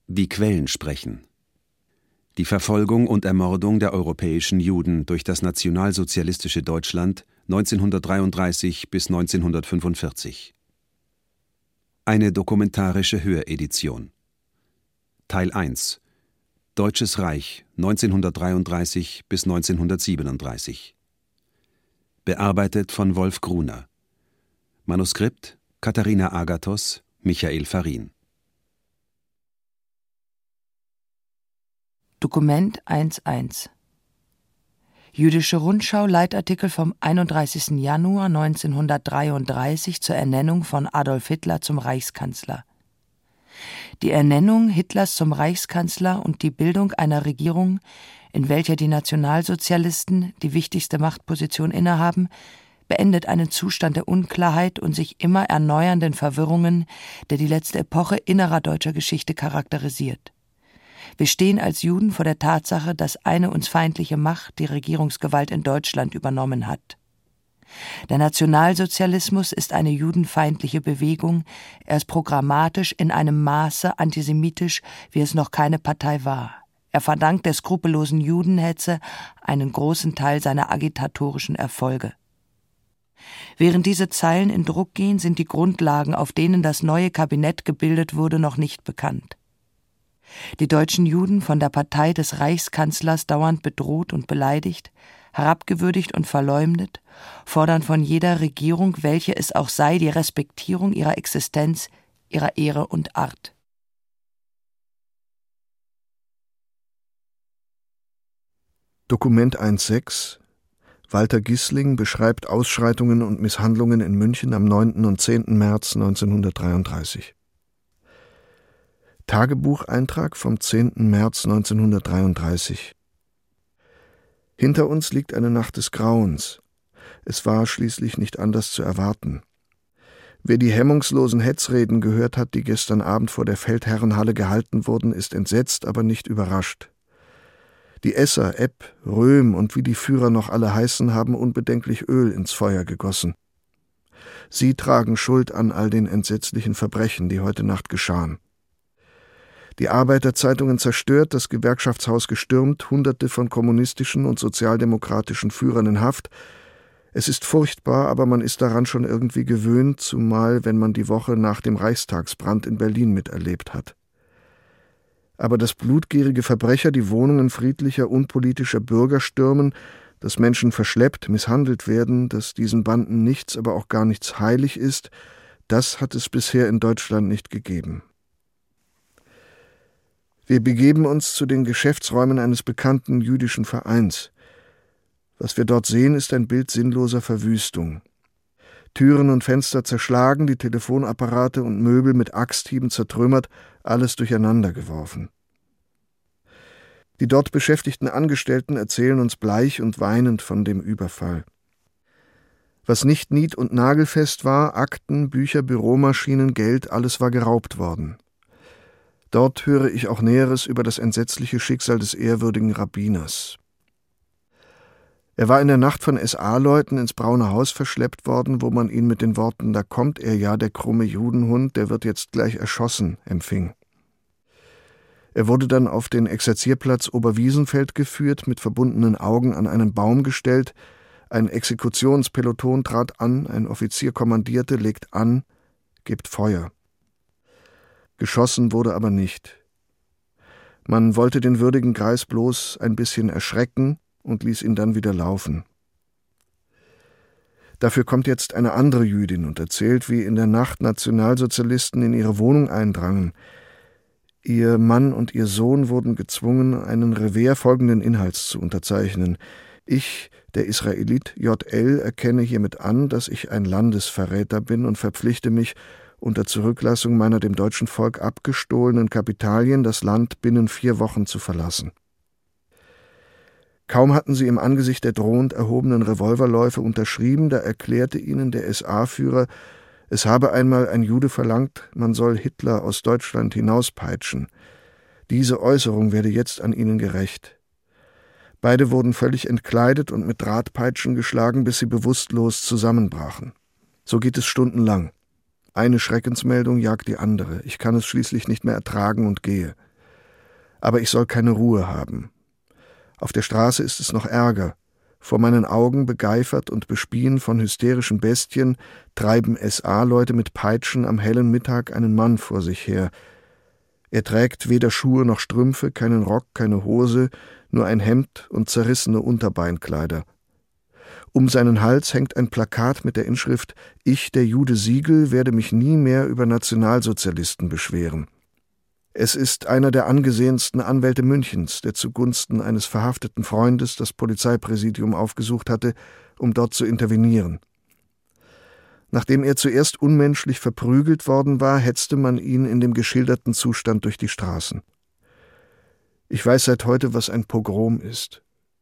Die Quellen sprechen. Die Verfolgung und Ermordung der europäischen Juden durch das nationalsozialistische Deutschland 1933 bis 1945. Eine dokumentarische Höredition. Teil 1. Deutsches Reich 1933 bis 1937. Bearbeitet von Wolf Gruner. Manuskript Katharina Agathos, Michael Farin. Dokument 1.1. Jüdische Rundschau, Leitartikel vom 31. Januar 1933 zur Ernennung von Adolf Hitler zum Reichskanzler. Die Ernennung Hitlers zum Reichskanzler und die Bildung einer Regierung, in welcher die Nationalsozialisten die wichtigste Machtposition innehaben, beendet einen Zustand der Unklarheit und sich immer erneuernden Verwirrungen, der die letzte Epoche innerer deutscher Geschichte charakterisiert. Wir stehen als Juden vor der Tatsache, dass eine uns feindliche Macht die Regierungsgewalt in Deutschland übernommen hat. Der Nationalsozialismus ist eine judenfeindliche Bewegung, er ist programmatisch in einem Maße antisemitisch, wie es noch keine Partei war. Er verdankt der skrupellosen Judenhetze einen großen Teil seiner agitatorischen Erfolge. Während diese Zeilen in Druck gehen, sind die Grundlagen, auf denen das neue Kabinett gebildet wurde, noch nicht bekannt. Die deutschen Juden, von der Partei des Reichskanzlers dauernd bedroht und beleidigt, herabgewürdigt und verleumdet, fordern von jeder Regierung, welche es auch sei, die Respektierung ihrer Existenz, ihrer Ehre und Art. Dokument 1.6. Walter Gissling beschreibt Ausschreitungen und Misshandlungen in München am 9. und 10. März 1933. Tagebucheintrag vom 10. März 1933. Hinter uns liegt eine Nacht des Grauens. Es war schließlich nicht anders zu erwarten. Wer die hemmungslosen Hetzreden gehört hat, die gestern Abend vor der Feldherrenhalle gehalten wurden, ist entsetzt, aber nicht überrascht. Die Esser, Epp, Röhm und wie die Führer noch alle heißen, haben unbedenklich Öl ins Feuer gegossen. Sie tragen Schuld an all den entsetzlichen Verbrechen, die heute Nacht geschahen. Die Arbeiterzeitungen zerstört, das Gewerkschaftshaus gestürmt, Hunderte von kommunistischen und sozialdemokratischen Führern in Haft. Es ist furchtbar, aber man ist daran schon irgendwie gewöhnt, zumal wenn man die Woche nach dem Reichstagsbrand in Berlin miterlebt hat. Aber dass blutgierige Verbrecher die Wohnungen friedlicher, unpolitischer Bürger stürmen, dass Menschen verschleppt, misshandelt werden, dass diesen Banden nichts, aber auch gar nichts heilig ist, das hat es bisher in Deutschland nicht gegeben. Wir begeben uns zu den Geschäftsräumen eines bekannten jüdischen Vereins. Was wir dort sehen, ist ein Bild sinnloser Verwüstung. Türen und Fenster zerschlagen, die Telefonapparate und Möbel mit Axthieben zertrümmert, alles durcheinander geworfen. Die dort beschäftigten Angestellten erzählen uns bleich und weinend von dem Überfall. Was nicht nied- und nagelfest war, Akten, Bücher, Büromaschinen, Geld, alles war geraubt worden. Dort höre ich auch Näheres über das entsetzliche Schicksal des ehrwürdigen Rabbiners. Er war in der Nacht von SA-Leuten ins Braune Haus verschleppt worden, wo man ihn mit den Worten »Da kommt er ja, der krumme Judenhund, der wird jetzt gleich erschossen« empfing. Er wurde dann auf den Exerzierplatz Oberwiesenfeld geführt, mit verbundenen Augen an einen Baum gestellt, ein Exekutionspeloton trat an, ein Offizier kommandierte, legt an, gebt Feuer. Geschossen wurde aber nicht. Man wollte den würdigen Greis bloß ein bisschen erschrecken und ließ ihn dann wieder laufen. Dafür kommt jetzt eine andere Jüdin und erzählt, wie in der Nacht Nationalsozialisten in ihre Wohnung eindrangen. Ihr Mann und ihr Sohn wurden gezwungen, einen Revers folgenden Inhalts zu unterzeichnen. Ich, der Israelit JL, erkenne hiermit an, dass ich ein Landesverräter bin und verpflichte mich, unter Zurücklassung meiner dem deutschen Volk abgestohlenen Kapitalien das Land binnen 4 Wochen zu verlassen. Kaum hatten sie im Angesicht der drohend erhobenen Revolverläufe unterschrieben, da erklärte ihnen der SA-Führer, es habe einmal ein Jude verlangt, man soll Hitler aus Deutschland hinauspeitschen. Diese Äußerung werde jetzt an ihnen gerächt. Beide wurden völlig entkleidet und mit Drahtpeitschen geschlagen, bis sie bewusstlos zusammenbrachen. So geht es stundenlang. Eine Schreckensmeldung jagt die andere. Ich kann es schließlich nicht mehr ertragen und gehe. Aber ich soll keine Ruhe haben. Auf der Straße ist es noch ärger. Vor meinen Augen, begeifert und bespien von hysterischen Bestien, treiben SA-Leute mit Peitschen am hellen Mittag einen Mann vor sich her. Er trägt weder Schuhe noch Strümpfe, keinen Rock, keine Hose, nur ein Hemd und zerrissene Unterbeinkleider. Um seinen Hals hängt ein Plakat mit der Inschrift »Ich, der Jude Siegel, werde mich nie mehr über Nationalsozialisten beschweren«. Es ist einer der angesehensten Anwälte Münchens, der zugunsten eines verhafteten Freundes das Polizeipräsidium aufgesucht hatte, um dort zu intervenieren. Nachdem er zuerst unmenschlich verprügelt worden war, hetzte man ihn in dem geschilderten Zustand durch die Straßen. Ich weiß seit heute, was ein Pogrom ist.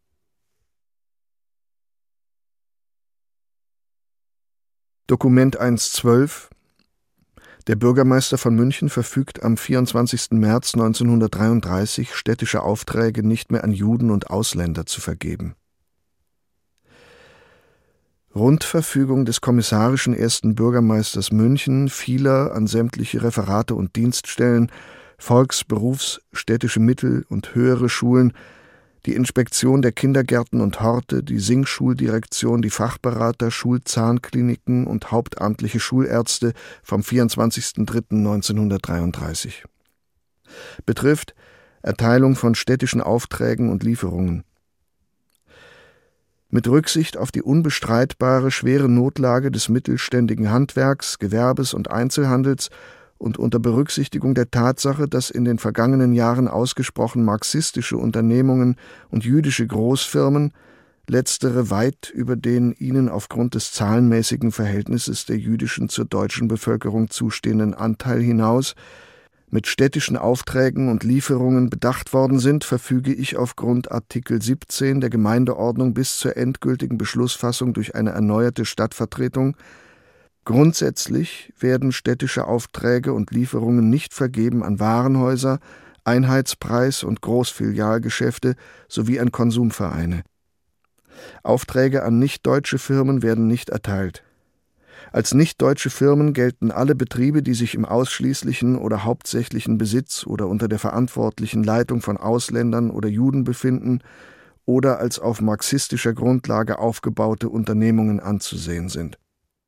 Dokument 112. Der Bürgermeister von München verfügt am 24. März 1933, städtische Aufträge nicht mehr an Juden und Ausländer zu vergeben. Rundverfügung des kommissarischen ersten Bürgermeisters München, Fieler an sämtliche Referate und Dienststellen, Volks-, Berufs-, städtische Mittel- und höhere Schulen, die Inspektion der Kindergärten und Horte, die Singschuldirektion, die Fachberater, Schulzahnkliniken und hauptamtliche Schulärzte vom 24.03.1933. Betrifft Erteilung von städtischen Aufträgen und Lieferungen. Mit Rücksicht auf die unbestreitbare schwere Notlage des mittelständigen Handwerks, Gewerbes und Einzelhandels und unter Berücksichtigung der Tatsache, dass in den vergangenen Jahren ausgesprochen marxistische Unternehmungen und jüdische Großfirmen, letztere weit über den ihnen aufgrund des zahlenmäßigen Verhältnisses der jüdischen zur deutschen Bevölkerung zustehenden Anteil hinaus, mit städtischen Aufträgen und Lieferungen bedacht worden sind, verfüge ich aufgrund Artikel 17 der Gemeindeordnung bis zur endgültigen Beschlussfassung durch eine erneuerte Stadtvertretung: Grundsätzlich werden städtische Aufträge und Lieferungen nicht vergeben an Warenhäuser, Einheitspreis- und Großfilialgeschäfte sowie an Konsumvereine. Aufträge an nichtdeutsche Firmen werden nicht erteilt. Als nichtdeutsche Firmen gelten alle Betriebe, die sich im ausschließlichen oder hauptsächlichen Besitz oder unter der verantwortlichen Leitung von Ausländern oder Juden befinden oder als auf marxistischer Grundlage aufgebaute Unternehmungen anzusehen sind.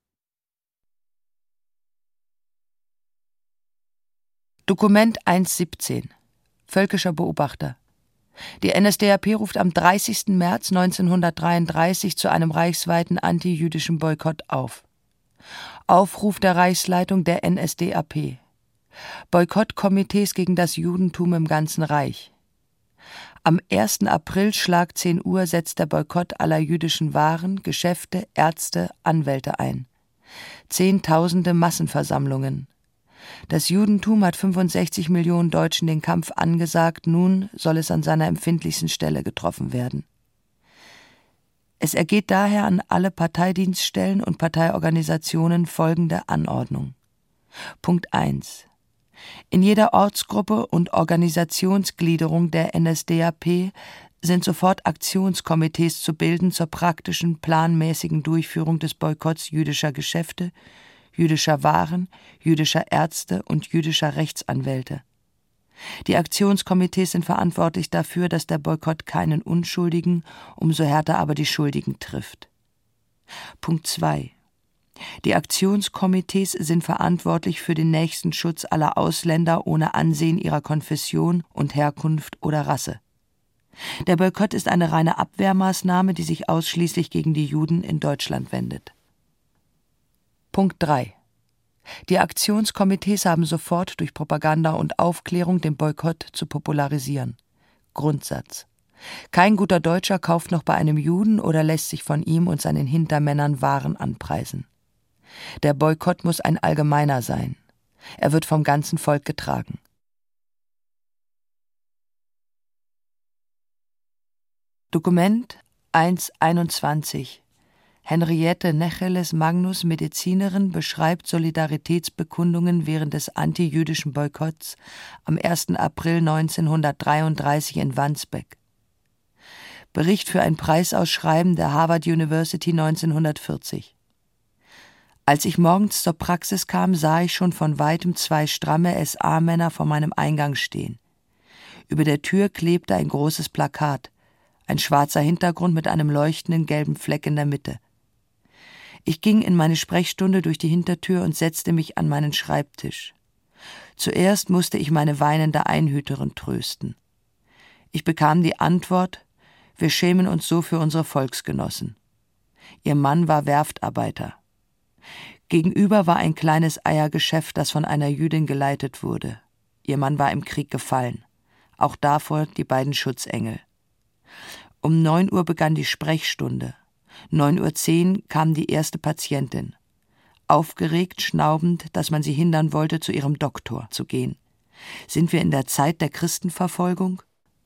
Dokument 117. Völkischer Beobachter. Die NSDAP ruft am 30. März 1933 zu einem reichsweiten antijüdischen Boykott auf. Aufruf der Reichsleitung der NSDAP. Boykottkomitees gegen das Judentum im ganzen Reich. Am 1. April Schlag 10 Uhr setzt der Boykott aller jüdischen Waren, Geschäfte, Ärzte, Anwälte ein. Zehntausende Massenversammlungen. Das Judentum hat 65 Millionen Deutschen den Kampf angesagt, nun soll es an seiner empfindlichsten Stelle getroffen werden. Es ergeht daher an alle Parteidienststellen und Parteiorganisationen folgende Anordnung. Punkt 1. In jeder Ortsgruppe und Organisationsgliederung der NSDAP sind sofort Aktionskomitees zu bilden zur praktischen, planmäßigen Durchführung des Boykotts jüdischer Geschäfte, jüdischer Waren, jüdischer Ärzte und jüdischer Rechtsanwälte. Die Aktionskomitees sind verantwortlich dafür, dass der Boykott keinen Unschuldigen, umso härter aber die Schuldigen trifft. Punkt 2. Die Aktionskomitees sind verantwortlich für den Nächstenschutz aller Ausländer ohne Ansehen ihrer Konfession und Herkunft oder Rasse. Der Boykott ist eine reine Abwehrmaßnahme, die sich ausschließlich gegen die Juden in Deutschland wendet. Punkt 3. Die Aktionskomitees haben sofort durch Propaganda und Aufklärung den Boykott zu popularisieren. Grundsatz: Kein guter Deutscher kauft noch bei einem Juden oder lässt sich von ihm und seinen Hintermännern Waren anpreisen. Der Boykott muss ein allgemeiner sein. Er wird vom ganzen Volk getragen. Dokument 121. Henriette Necheles Magnus, Medizinerin, beschreibt Solidaritätsbekundungen während des antijüdischen Boykotts am 1. April 1933 in Wandsbek. Bericht für ein Preisausschreiben der Harvard University 1940. Als ich morgens zur Praxis kam, sah ich schon von weitem 2 stramme SA-Männer vor meinem Eingang stehen. Über der Tür klebte ein großes Plakat, ein schwarzer Hintergrund mit einem leuchtenden gelben Fleck in der Mitte. Ich ging in meine Sprechstunde durch die Hintertür und setzte mich an meinen Schreibtisch. Zuerst musste ich meine weinende Einhüterin trösten. Ich bekam die Antwort: Wir schämen uns so für unsere Volksgenossen. Ihr Mann war Werftarbeiter. Gegenüber war ein kleines Eiergeschäft, das von einer Jüdin geleitet wurde. Ihr Mann war im Krieg gefallen. Auch davor die beiden Schutzengel. Um 9 Uhr begann die Sprechstunde. 9:10 Uhr kam die erste Patientin. Aufgeregt, schnaubend, dass man sie hindern wollte, zu ihrem Doktor zu gehen. Sind wir in der Zeit der Christenverfolgung?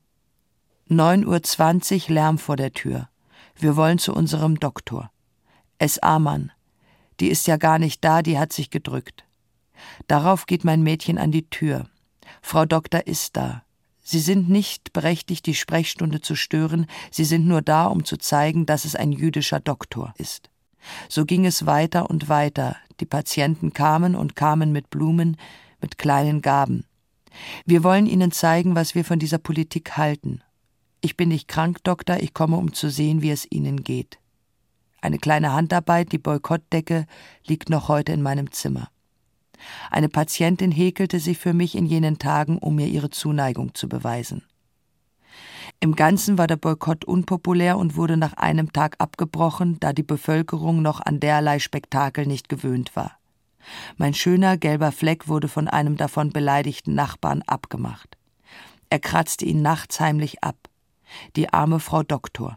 9:20 Uhr Lärm vor der Tür. Wir wollen zu unserem Doktor. SA-Mann. Die ist ja gar nicht da, die hat sich gedrückt. Darauf geht mein Mädchen an die Tür. Frau Doktor ist da. Sie sind nicht berechtigt, die Sprechstunde zu stören, Sie sind nur da, um zu zeigen, dass es ein jüdischer Doktor ist. So ging es weiter und weiter. Die Patienten kamen und kamen mit Blumen, mit kleinen Gaben. Wir wollen Ihnen zeigen, was wir von dieser Politik halten. Ich bin nicht krank, Doktor, ich komme, um zu sehen, wie es Ihnen geht. Eine kleine Handarbeit, die Boykottdecke, liegt noch heute in meinem Zimmer. Eine Patientin häkelte sie für mich in jenen Tagen, um mir ihre Zuneigung zu beweisen. Im Ganzen war der Boykott unpopulär und wurde nach einem Tag abgebrochen, da die Bevölkerung noch an derlei Spektakel nicht gewöhnt war. Mein schöner gelber Fleck wurde von einem davon beleidigten Nachbarn abgemacht. Er kratzte ihn nachts heimlich ab. Die arme Frau Doktor.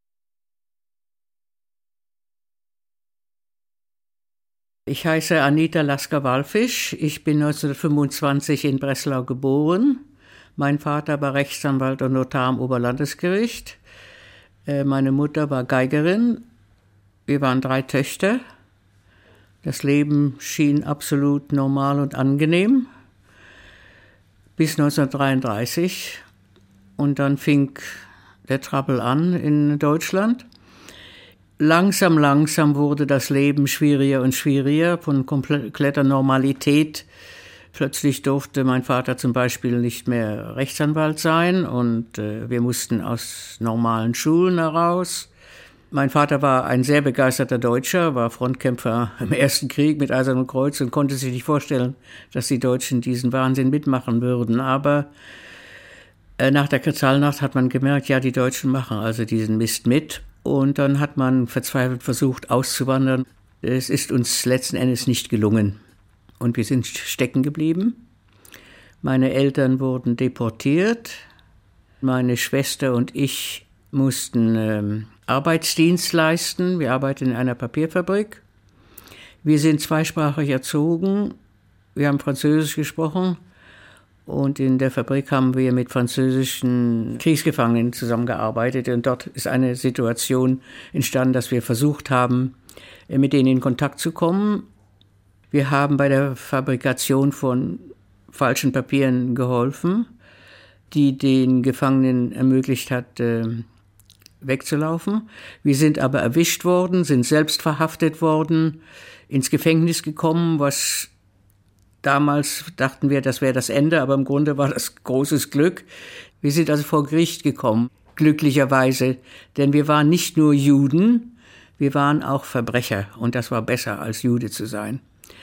Ich heiße Anita Lasker-Wallfisch. Ich bin 1925 in Breslau geboren. Mein Vater war Rechtsanwalt und Notar am Oberlandesgericht. Meine Mutter war Geigerin. Wir waren 3 Töchter. Das Leben schien absolut normal und angenehm. Bis 1933. Und dann fing der Trouble an in Deutschland. Langsam wurde das Leben schwieriger und schwieriger, von kompletter Normalität. Plötzlich durfte mein Vater zum Beispiel nicht mehr Rechtsanwalt sein und wir mussten aus normalen Schulen heraus. Mein Vater war ein sehr begeisterter Deutscher, war Frontkämpfer im Ersten Krieg mit Eisernem Kreuz und konnte sich nicht vorstellen, dass die Deutschen diesen Wahnsinn mitmachen würden. Aber nach der Kristallnacht hat man gemerkt, ja, die Deutschen machen also diesen Mist mit. Und dann hat man verzweifelt versucht, auszuwandern. Es ist uns letzten Endes nicht gelungen. Und wir sind stecken geblieben. Meine Eltern wurden deportiert. Meine Schwester und ich mussten Arbeitsdienst leisten. Wir arbeiten in einer Papierfabrik. Wir sind zweisprachig erzogen. Wir haben Französisch gesprochen. Und in der Fabrik haben wir mit französischen Kriegsgefangenen zusammengearbeitet. Und dort ist eine Situation entstanden, dass wir versucht haben, mit denen in Kontakt zu kommen. Wir haben bei der Fabrikation von falschen Papieren geholfen, die den Gefangenen ermöglicht hat, wegzulaufen. Wir sind aber erwischt worden, sind selbst verhaftet worden, ins Gefängnis gekommen, was damals dachten wir, das wäre das Ende, aber im Grunde war das großes Glück. Wir sind also vor Gericht gekommen, glücklicherweise, denn wir waren nicht nur Juden, wir waren auch Verbrecher und das war besser, als Jude zu sein.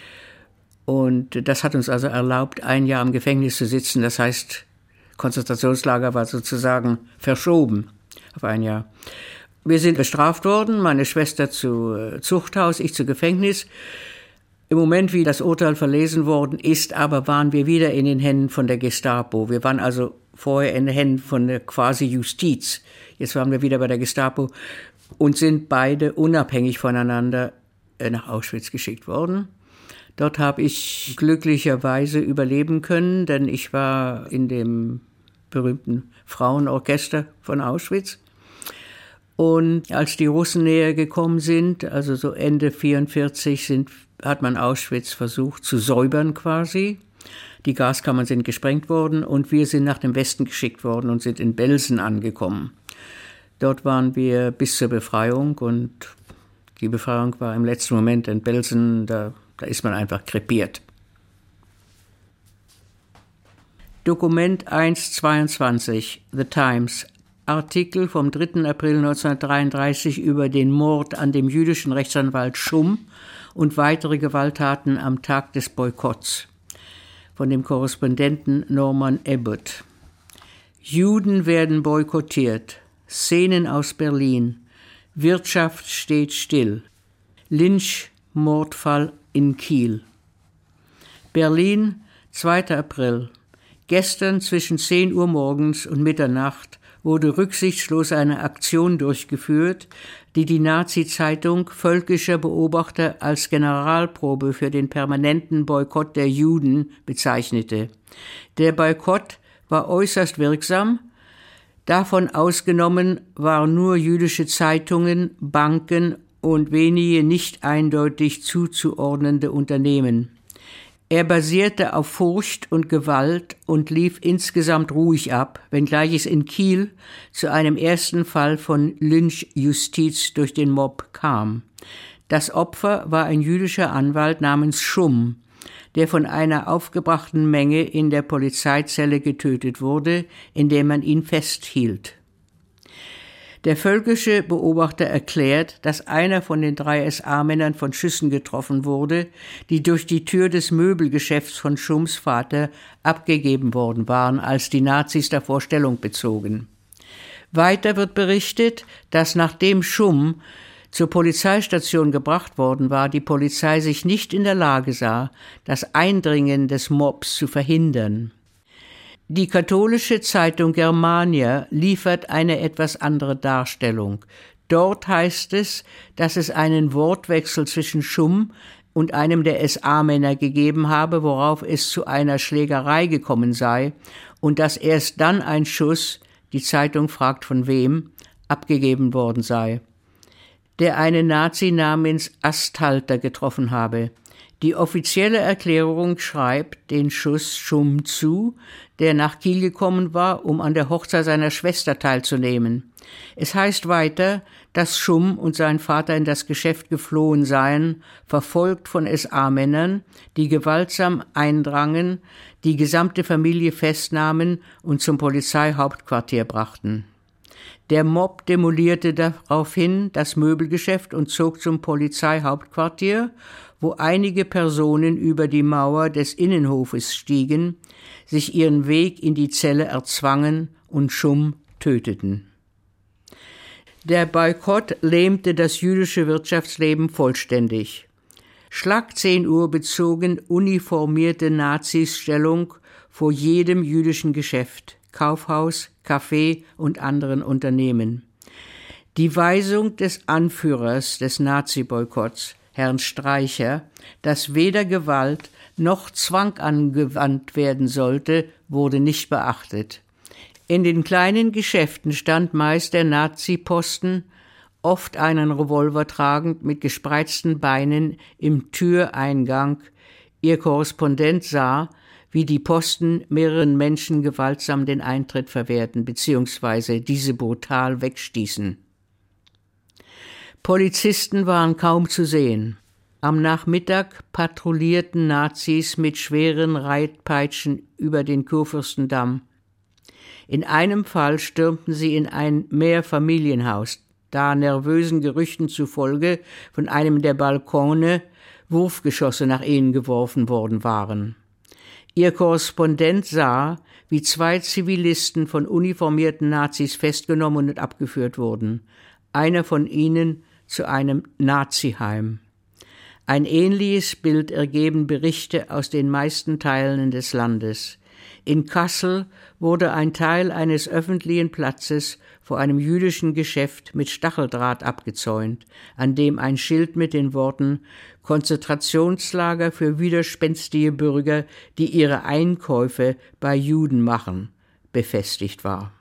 Und das hat uns also erlaubt, 1 Jahr im Gefängnis zu sitzen, das heißt, Konzentrationslager war sozusagen verschoben auf 1 Jahr. Wir sind bestraft worden, meine Schwester zu Zuchthaus, ich zu Gefängnis. Im Moment, wie das Urteil verlesen worden ist, aber waren wir wieder in den Händen von der Gestapo. Wir waren also vorher in den Händen von der quasi Justiz. Jetzt waren wir wieder bei der Gestapo und sind beide unabhängig voneinander nach Auschwitz geschickt worden. Dort habe ich glücklicherweise überleben können, denn ich war in dem berühmten Frauenorchester von Auschwitz. Und als die Russen näher gekommen sind, also so Ende 1944, hat man Auschwitz versucht zu säubern quasi. Die Gaskammern sind gesprengt worden und wir sind nach dem Westen geschickt worden und sind in Belsen angekommen. Dort waren wir bis zur Befreiung und die Befreiung war im letzten Moment in Belsen, da ist man einfach krepiert. Dokument 1/22, The Times, Artikel vom 3. April 1933 über den Mord an dem jüdischen Rechtsanwalt Schumm und weitere Gewalttaten am Tag des Boykotts, von dem Korrespondenten Norman Abbott. Juden werden boykottiert. Szenen aus Berlin. Wirtschaft steht still. Lynch-Mordfall in Kiel. Berlin, 2. April. Gestern zwischen 10 Uhr morgens und Mitternacht wurde rücksichtslos eine Aktion durchgeführt, die die Nazi-Zeitung Völkischer Beobachter als Generalprobe für den permanenten Boykott der Juden bezeichnete. Der Boykott war äußerst wirksam. Davon ausgenommen waren nur jüdische Zeitungen, Banken und wenige nicht eindeutig zuzuordnende Unternehmen. Er basierte auf Furcht und Gewalt und lief insgesamt ruhig ab, wenngleich es in Kiel zu einem ersten Fall von Lynchjustiz durch den Mob kam. Das Opfer war ein jüdischer Anwalt namens Schumm, der von einer aufgebrachten Menge in der Polizeizelle getötet wurde, indem man ihn festhielt. Der völkische Beobachter erklärt, dass einer von den 3 SA-Männern von Schüssen getroffen wurde, die durch die Tür des Möbelgeschäfts von Schumms Vater abgegeben worden waren, als die Nazis davor Stellung bezogen. Weiter wird berichtet, dass nachdem Schumm zur Polizeistation gebracht worden war, die Polizei sich nicht in der Lage sah, das Eindringen des Mobs zu verhindern. Die katholische Zeitung Germania liefert eine etwas andere Darstellung. Dort heißt es, dass es einen Wortwechsel zwischen Schumm und einem der SA-Männer gegeben habe, worauf es zu einer Schlägerei gekommen sei und dass erst dann ein Schuss, die Zeitung fragt von wem, abgegeben worden sei, der einen Nazi namens Asthalter getroffen habe. Die offizielle Erklärung schreibt den Schuss Schumm zu, der nach Kiel gekommen war, um an der Hochzeit seiner Schwester teilzunehmen. Es heißt weiter, dass Schumm und sein Vater in das Geschäft geflohen seien, verfolgt von SA-Männern, die gewaltsam eindrangen, die gesamte Familie festnahmen und zum Polizeihauptquartier brachten. Der Mob demolierte daraufhin das Möbelgeschäft und zog zum Polizeihauptquartier, wo einige Personen über die Mauer des Innenhofes stiegen, sich ihren Weg in die Zelle erzwangen und Schumm töteten. Der Boykott lähmte das jüdische Wirtschaftsleben vollständig. Schlag 10 Uhr bezogen uniformierte Nazis Stellung vor jedem jüdischen Geschäft, Kaufhaus, Café und anderen Unternehmen. Die Weisung des Anführers des Nazi-Boykotts, Herrn Streicher, dass weder Gewalt noch Zwang angewandt werden sollte, wurde nicht beachtet. In den kleinen Geschäften stand meist der Nazi-Posten, oft einen Revolver tragend, mit gespreizten Beinen im Türeingang. Ihr Korrespondent sah, wie die Posten mehreren Menschen gewaltsam den Eintritt verwehrten bzw. diese brutal wegstießen. Polizisten waren kaum zu sehen. Am Nachmittag patrouillierten Nazis mit schweren Reitpeitschen über den Kurfürstendamm. In einem Fall stürmten sie in ein Mehrfamilienhaus, da nervösen Gerüchten zufolge von einem der Balkone Wurfgeschosse nach ihnen geworfen worden waren. Ihr Korrespondent sah, wie 2 Zivilisten von uniformierten Nazis festgenommen und abgeführt wurden, einer von ihnen zu einem Naziheim. Ein ähnliches Bild ergeben Berichte aus den meisten Teilen des Landes. In Kassel wurde ein Teil eines öffentlichen Platzes vor einem jüdischen Geschäft mit Stacheldraht abgezäunt, an dem ein Schild mit den Worten »Konzentrationslager für widerspenstige Bürger, die ihre Einkäufe bei Juden machen« befestigt war.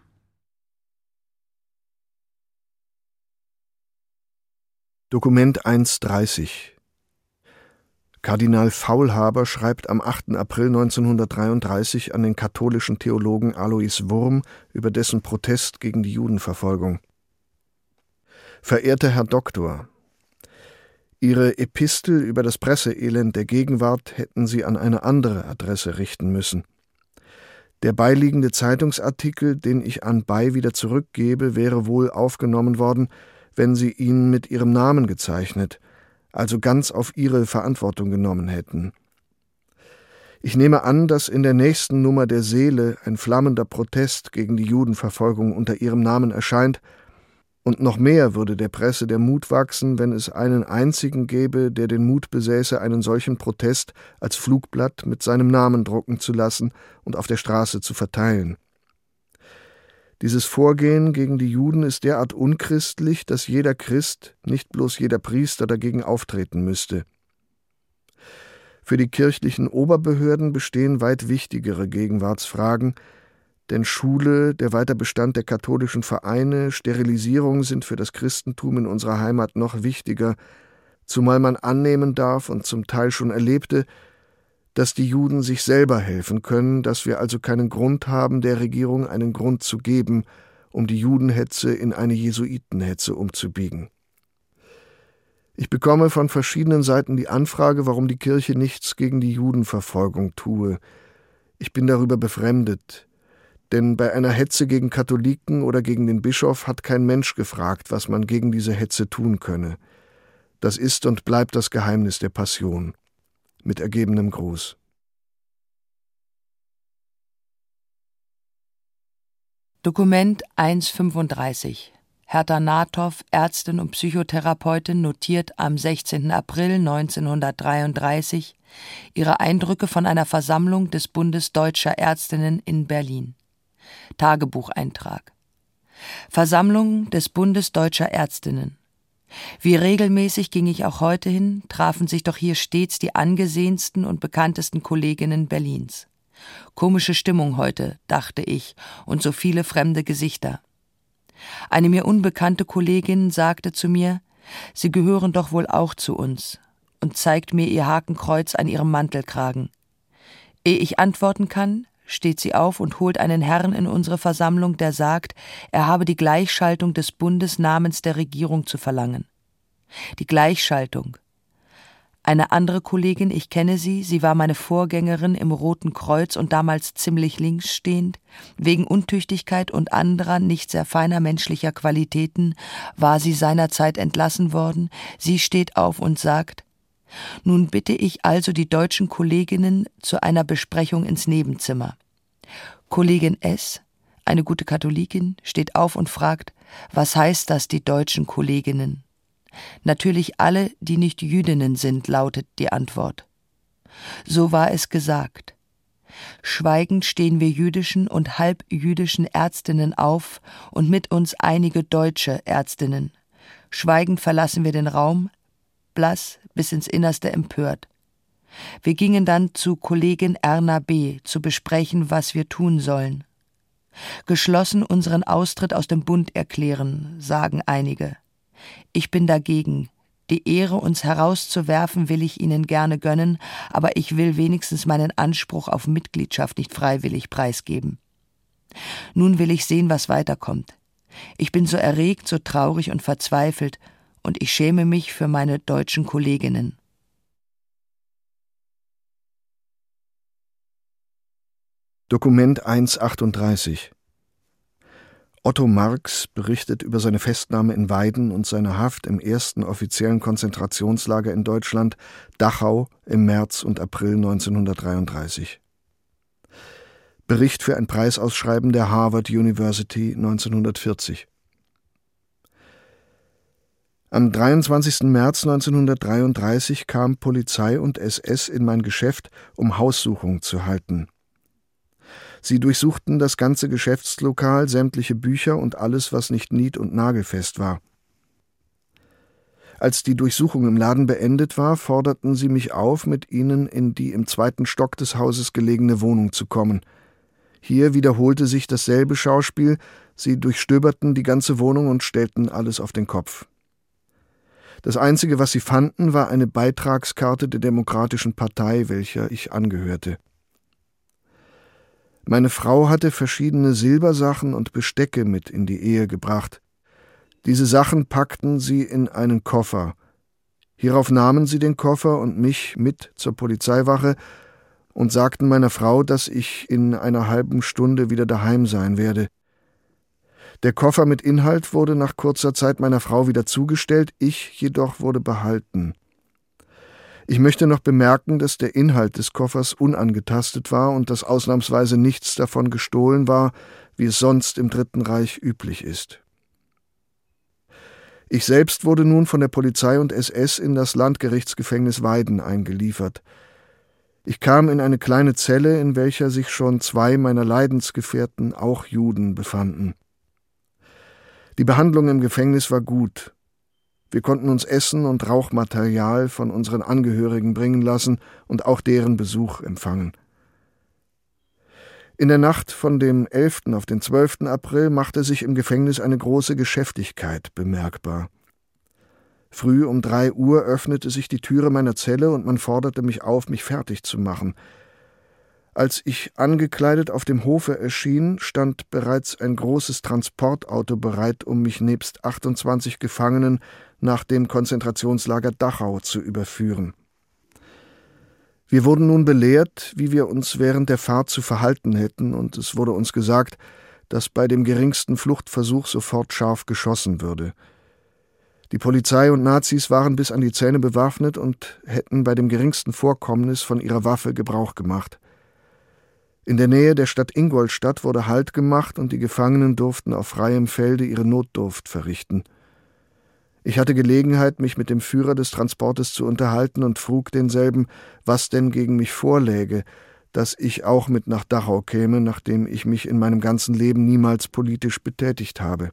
Dokument 1/30. Kardinal Faulhaber schreibt am 8. April 1933 an den katholischen Theologen Alois Wurm über dessen Protest gegen die Judenverfolgung. Verehrter Herr Doktor, Ihre Epistel über das Presseelend der Gegenwart hätten Sie an eine andere Adresse richten müssen. Der beiliegende Zeitungsartikel, den ich anbei wieder zurückgebe, wäre wohl aufgenommen worden, wenn Sie ihn mit Ihrem Namen gezeichnet, also ganz auf Ihre Verantwortung genommen hätten. Ich nehme an, dass in der nächsten Nummer der Seele ein flammender Protest gegen die Judenverfolgung unter Ihrem Namen erscheint, und noch mehr würde der Presse der Mut wachsen, wenn es einen einzigen gäbe, der den Mut besäße, einen solchen Protest als Flugblatt mit seinem Namen drucken zu lassen und auf der Straße zu verteilen. Dieses Vorgehen gegen die Juden ist derart unchristlich, dass jeder Christ, nicht bloß jeder Priester, dagegen auftreten müsste. Für die kirchlichen Oberbehörden bestehen weit wichtigere Gegenwartsfragen, denn Schule, der Weiterbestand der katholischen Vereine, Sterilisierung sind für das Christentum in unserer Heimat noch wichtiger, zumal man annehmen darf und zum Teil schon erlebte, dass die Juden sich selber helfen können, dass wir also keinen Grund haben, der Regierung einen Grund zu geben, um die Judenhetze in eine Jesuitenhetze umzubiegen. Ich bekomme von verschiedenen Seiten die Anfrage, warum die Kirche nichts gegen die Judenverfolgung tue. Ich bin darüber befremdet. Denn bei einer Hetze gegen Katholiken oder gegen den Bischof hat kein Mensch gefragt, was man gegen diese Hetze tun könne. Das ist und bleibt das Geheimnis der Passion. Mit ergebenem Gruß. Dokument 135. Hertha Nathoff, Ärztin und Psychotherapeutin, notiert am 16. April 1933 ihre Eindrücke von einer Versammlung des Bundes Deutscher Ärztinnen in Berlin. Tagebucheintrag. Versammlung des Bundes Deutscher Ärztinnen. Wie regelmäßig ging ich auch heute hin, trafen sich doch hier stets die angesehensten und bekanntesten Kolleginnen Berlins. Komische Stimmung heute, dachte ich, und so viele fremde Gesichter. Eine mir unbekannte Kollegin sagte zu mir, Sie gehören doch wohl auch zu uns, und zeigt mir ihr Hakenkreuz an ihrem Mantelkragen. Ehe ich antworten kann, steht sie auf und holt einen Herrn in unsere Versammlung, der sagt, er habe die Gleichschaltung des Bundes namens der Regierung zu verlangen. Die Gleichschaltung. Eine andere Kollegin, ich kenne sie, sie war meine Vorgängerin im Roten Kreuz und damals ziemlich links stehend, wegen Untüchtigkeit und anderer nicht sehr feiner menschlicher Qualitäten war sie seinerzeit entlassen worden, sie steht auf und sagt, nun bitte ich also die deutschen Kolleginnen zu einer Besprechung ins Nebenzimmer. Kollegin S., eine gute Katholikin, steht auf und fragt, was heißt das, die deutschen Kolleginnen? Natürlich alle, die nicht Jüdinnen sind, lautet die Antwort. So war es gesagt. Schweigend stehen wir jüdischen und halbjüdischen Ärztinnen auf und mit uns einige deutsche Ärztinnen. Schweigend verlassen wir den Raum, blass, bis ins Innerste empört. Wir gingen dann zu Kollegin Erna B. zu besprechen, was wir tun sollen. Geschlossen unseren Austritt aus dem Bund erklären, sagen einige. Ich bin dagegen. Die Ehre, uns herauszuwerfen, will ich Ihnen gerne gönnen, aber ich will wenigstens meinen Anspruch auf Mitgliedschaft nicht freiwillig preisgeben. Nun will ich sehen, was weiterkommt. Ich bin so erregt, so traurig und verzweifelt, und ich schäme mich für meine deutschen Kolleginnen. Dokument 138. Otto Marx berichtet über seine Festnahme in Weiden und seine Haft im ersten offiziellen Konzentrationslager in Deutschland, Dachau, im März und April 1933. Bericht für ein Preisausschreiben der Harvard University 1940. Am 23. März 1933 kam Polizei und SS in mein Geschäft, um Haussuchung zu halten. Sie durchsuchten das ganze Geschäftslokal, sämtliche Bücher und alles, was nicht nied- und nagelfest war. Als die Durchsuchung im Laden beendet war, forderten sie mich auf, mit ihnen in die im 2. Stock des Hauses gelegene Wohnung zu kommen. Hier wiederholte sich dasselbe Schauspiel, sie durchstöberten die ganze Wohnung und stellten alles auf den Kopf. Das Einzige, was sie fanden, war eine Beitragskarte der Demokratischen Partei, welcher ich angehörte. Meine Frau hatte verschiedene Silbersachen und Bestecke mit in die Ehe gebracht. Diese Sachen packten sie in einen Koffer. Hierauf nahmen sie den Koffer und mich mit zur Polizeiwache, und sagten meiner Frau, dass ich in einer halben Stunde wieder daheim sein werde. Der Koffer mit Inhalt wurde nach kurzer Zeit meiner Frau wieder zugestellt, ich jedoch wurde behalten. Ich möchte noch bemerken, dass der Inhalt des Koffers unangetastet war und dass ausnahmsweise nichts davon gestohlen war, wie es sonst im Dritten Reich üblich ist. Ich selbst wurde nun von der Polizei und SS in das Landgerichtsgefängnis Weiden eingeliefert. Ich kam in eine kleine Zelle, in welcher sich schon 2 meiner Leidensgefährten, auch Juden, befanden. Die Behandlung im Gefängnis war gut. Wir konnten uns Essen und Rauchmaterial von unseren Angehörigen bringen lassen und auch deren Besuch empfangen. In der Nacht von dem 11. auf den 12. April machte sich im Gefängnis eine große Geschäftigkeit bemerkbar. Früh um 3 Uhr öffnete sich die Türe meiner Zelle und man forderte mich auf, mich fertig zu machen. Als ich angekleidet auf dem Hofe erschien, stand bereits ein großes Transportauto bereit, um mich nebst 28 Gefangenen nach dem Konzentrationslager Dachau zu überführen. Wir wurden nun belehrt, wie wir uns während der Fahrt zu verhalten hätten, und es wurde uns gesagt, dass bei dem geringsten Fluchtversuch sofort scharf geschossen würde. Die Polizei und Nazis waren bis an die Zähne bewaffnet und hätten bei dem geringsten Vorkommnis von ihrer Waffe Gebrauch gemacht. In der Nähe der Stadt Ingolstadt wurde Halt gemacht und die Gefangenen durften auf freiem Felde ihre Notdurft verrichten. Ich hatte Gelegenheit, mich mit dem Führer des Transportes zu unterhalten und frug denselben, was denn gegen mich vorläge, dass ich auch mit nach Dachau käme, nachdem ich mich in meinem ganzen Leben niemals politisch betätigt habe.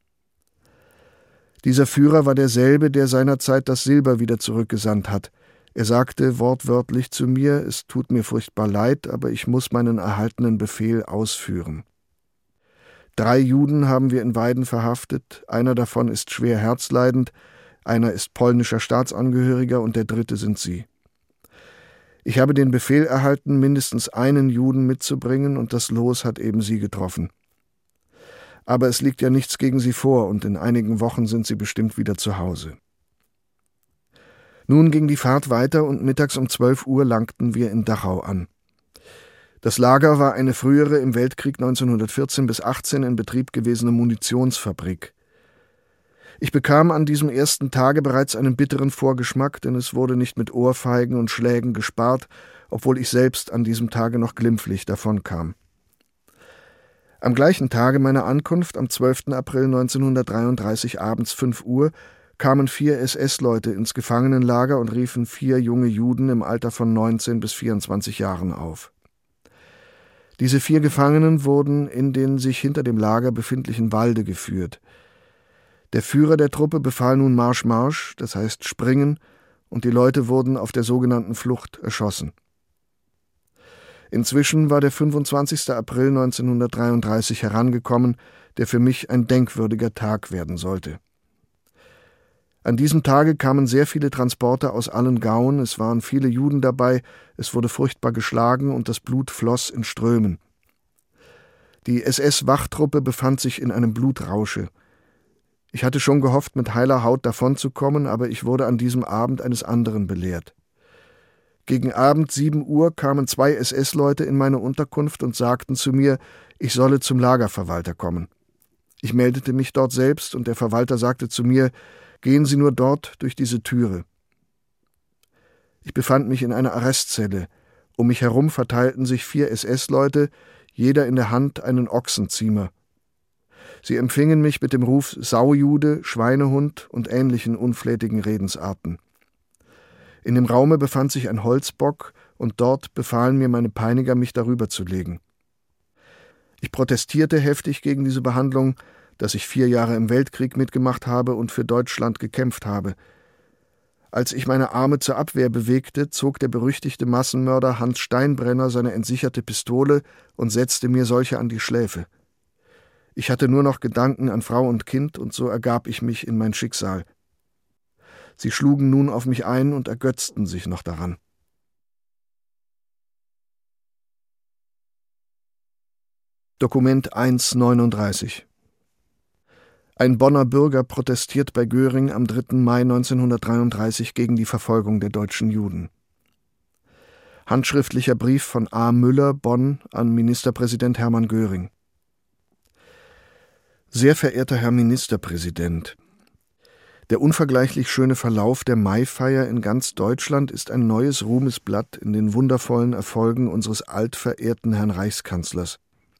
Dieser Führer war derselbe, der seinerzeit das Silber wieder zurückgesandt hat. Er sagte wortwörtlich zu mir, es tut mir furchtbar leid, aber ich muss meinen erhaltenen Befehl ausführen. 3 Juden haben wir in Weiden verhaftet, einer davon ist schwer herzleidend, einer ist polnischer Staatsangehöriger und der 3. sind Sie. Ich habe den Befehl erhalten, mindestens einen Juden mitzubringen, und das Los hat eben Sie getroffen. Aber es liegt ja nichts gegen Sie vor, und in einigen Wochen sind Sie bestimmt wieder zu Hause. Nun ging die Fahrt weiter und mittags um 12 Uhr langten wir in Dachau an. Das Lager war eine frühere im Weltkrieg 1914 bis 18 in Betrieb gewesene Munitionsfabrik. Ich bekam an diesem ersten Tage bereits einen bitteren Vorgeschmack, denn es wurde nicht mit Ohrfeigen und Schlägen gespart, obwohl ich selbst an diesem Tage noch glimpflich davonkam. Am gleichen Tage meiner Ankunft, am 12. April 1933 abends 5 Uhr, kamen 4 SS-Leute ins Gefangenenlager und riefen 4 junge Juden im Alter von 19 bis 24 Jahren auf. Diese 4 Gefangenen wurden in den sich hinter dem Lager befindlichen Walde geführt. Der Führer der Truppe befahl nun Marsch, Marsch, das heißt Springen, und die Leute wurden auf der sogenannten Flucht erschossen. Inzwischen war der 25. April 1933 herangekommen, der für mich ein denkwürdiger Tag werden sollte. An diesem Tage kamen sehr viele Transporter aus allen Gauen, es waren viele Juden dabei, es wurde furchtbar geschlagen und das Blut floss in Strömen. Die SS-Wachtruppe befand sich in einem Blutrausche. Ich hatte schon gehofft, mit heiler Haut davonzukommen, aber ich wurde an diesem Abend eines anderen belehrt. Gegen Abend 7 Uhr kamen 2 SS-Leute in meine Unterkunft und sagten zu mir, ich solle zum Lagerverwalter kommen. Ich meldete mich dort selbst und der Verwalter sagte zu mir, gehen Sie nur dort durch diese Türe. Ich befand mich in einer Arrestzelle. Um mich herum verteilten sich 4 SS-Leute, jeder in der Hand einen Ochsenziemer. Sie empfingen mich mit dem Ruf Saujude, Schweinehund und ähnlichen unflätigen Redensarten. In dem Raume befand sich ein Holzbock und dort befahlen mir meine Peiniger, mich darüber zu legen. Ich protestierte heftig gegen diese Behandlung, dass ich 4 Jahre im Weltkrieg mitgemacht habe und für Deutschland gekämpft habe. Als ich meine Arme zur Abwehr bewegte, zog der berüchtigte Massenmörder Hans Steinbrenner seine entsicherte Pistole und setzte mir solche an die Schläfe. Ich hatte nur noch Gedanken an Frau und Kind, und so ergab ich mich in mein Schicksal. Sie schlugen nun auf mich ein und ergötzten sich noch daran. Dokument 1/39. Ein Bonner Bürger protestiert bei Göring am 3. Mai 1933 gegen die Verfolgung der deutschen Juden. Handschriftlicher Brief von A. Müller, Bonn, an Ministerpräsident Hermann Göring. Sehr verehrter Herr Ministerpräsident, der unvergleichlich schöne Verlauf der Maifeier in ganz Deutschland ist ein neues Ruhmesblatt in den wundervollen Erfolgen unseres altverehrten Herrn Reichskanzlers.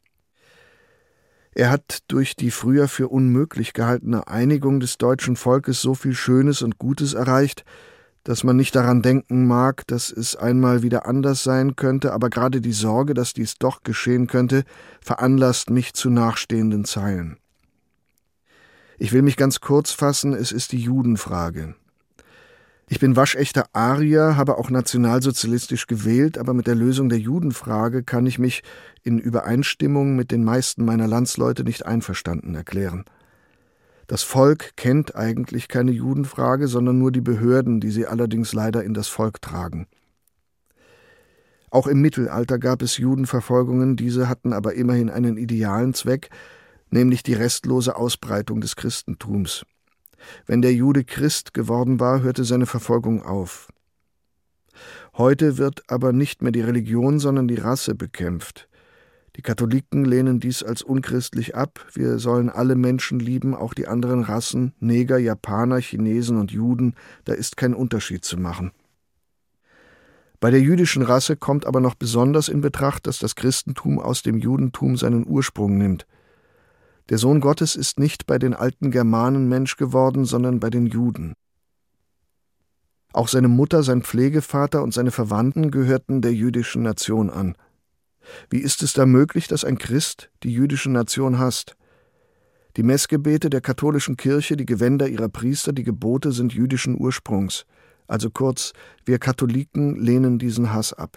Er hat durch die früher für unmöglich gehaltene Einigung des deutschen Volkes so viel Schönes und Gutes erreicht, dass man nicht daran denken mag, dass es einmal wieder anders sein könnte, aber gerade die Sorge, dass dies doch geschehen könnte, veranlasst mich zu nachstehenden Zeilen. Ich will mich ganz kurz fassen, es ist die Judenfrage. Ich bin waschechter Arier, habe auch nationalsozialistisch gewählt, aber mit der Lösung der Judenfrage kann ich mich in Übereinstimmung mit den meisten meiner Landsleute nicht einverstanden erklären. Das Volk kennt eigentlich keine Judenfrage, sondern nur die Behörden, die sie allerdings leider in das Volk tragen. Auch im Mittelalter gab es Judenverfolgungen, diese hatten aber immerhin einen idealen Zweck, nämlich die restlose Ausbreitung des Christentums. Wenn der Jude Christ geworden war, hörte seine Verfolgung auf. Heute wird aber nicht mehr die Religion, sondern die Rasse bekämpft. Die Katholiken lehnen dies als unchristlich ab. Wir sollen alle Menschen lieben, auch die anderen Rassen, Neger, Japaner, Chinesen und Juden, da ist kein Unterschied zu machen. Bei der jüdischen Rasse kommt aber noch besonders in Betracht, dass das Christentum aus dem Judentum seinen Ursprung nimmt. Der Sohn Gottes ist nicht bei den alten Germanen Mensch geworden, sondern bei den Juden. Auch seine Mutter, sein Pflegevater und seine Verwandten gehörten der jüdischen Nation an. Wie ist es da möglich, dass ein Christ die jüdische Nation hasst? Die Messgebete der katholischen Kirche, die Gewänder ihrer Priester, die Gebote sind jüdischen Ursprungs. Also kurz, wir Katholiken lehnen diesen Hass ab.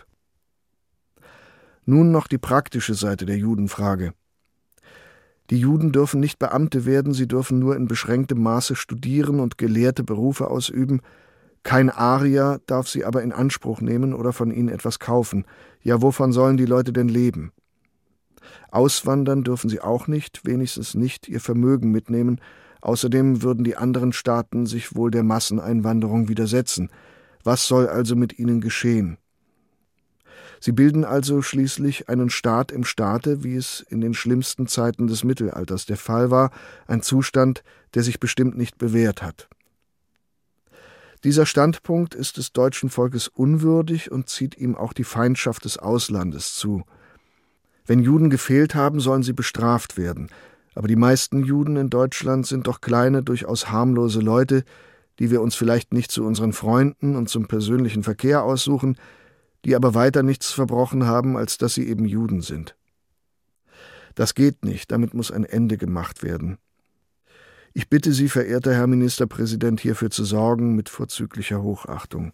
Nun noch die praktische Seite der Judenfrage. Die Juden dürfen nicht Beamte werden, sie dürfen nur in beschränktem Maße studieren und gelehrte Berufe ausüben. Kein Arier darf sie aber in Anspruch nehmen oder von ihnen etwas kaufen. Ja, wovon sollen die Leute denn leben? Auswandern dürfen sie auch nicht, wenigstens nicht ihr Vermögen mitnehmen. Außerdem würden die anderen Staaten sich wohl der Masseneinwanderung widersetzen. Was soll also mit ihnen geschehen? Sie bilden also schließlich einen Staat im Staate, wie es in den schlimmsten Zeiten des Mittelalters der Fall war, ein Zustand, der sich bestimmt nicht bewährt hat. Dieser Standpunkt ist des deutschen Volkes unwürdig und zieht ihm auch die Feindschaft des Auslandes zu. Wenn Juden gefehlt haben, sollen sie bestraft werden. Aber die meisten Juden in Deutschland sind doch kleine, durchaus harmlose Leute, die wir uns vielleicht nicht zu unseren Freunden und zum persönlichen Verkehr aussuchen, die aber weiter nichts verbrochen haben, als dass sie eben Juden sind. Das geht nicht, damit muss ein Ende gemacht werden. Ich bitte Sie, verehrter Herr Ministerpräsident, hierfür zu sorgen, mit vorzüglicher Hochachtung.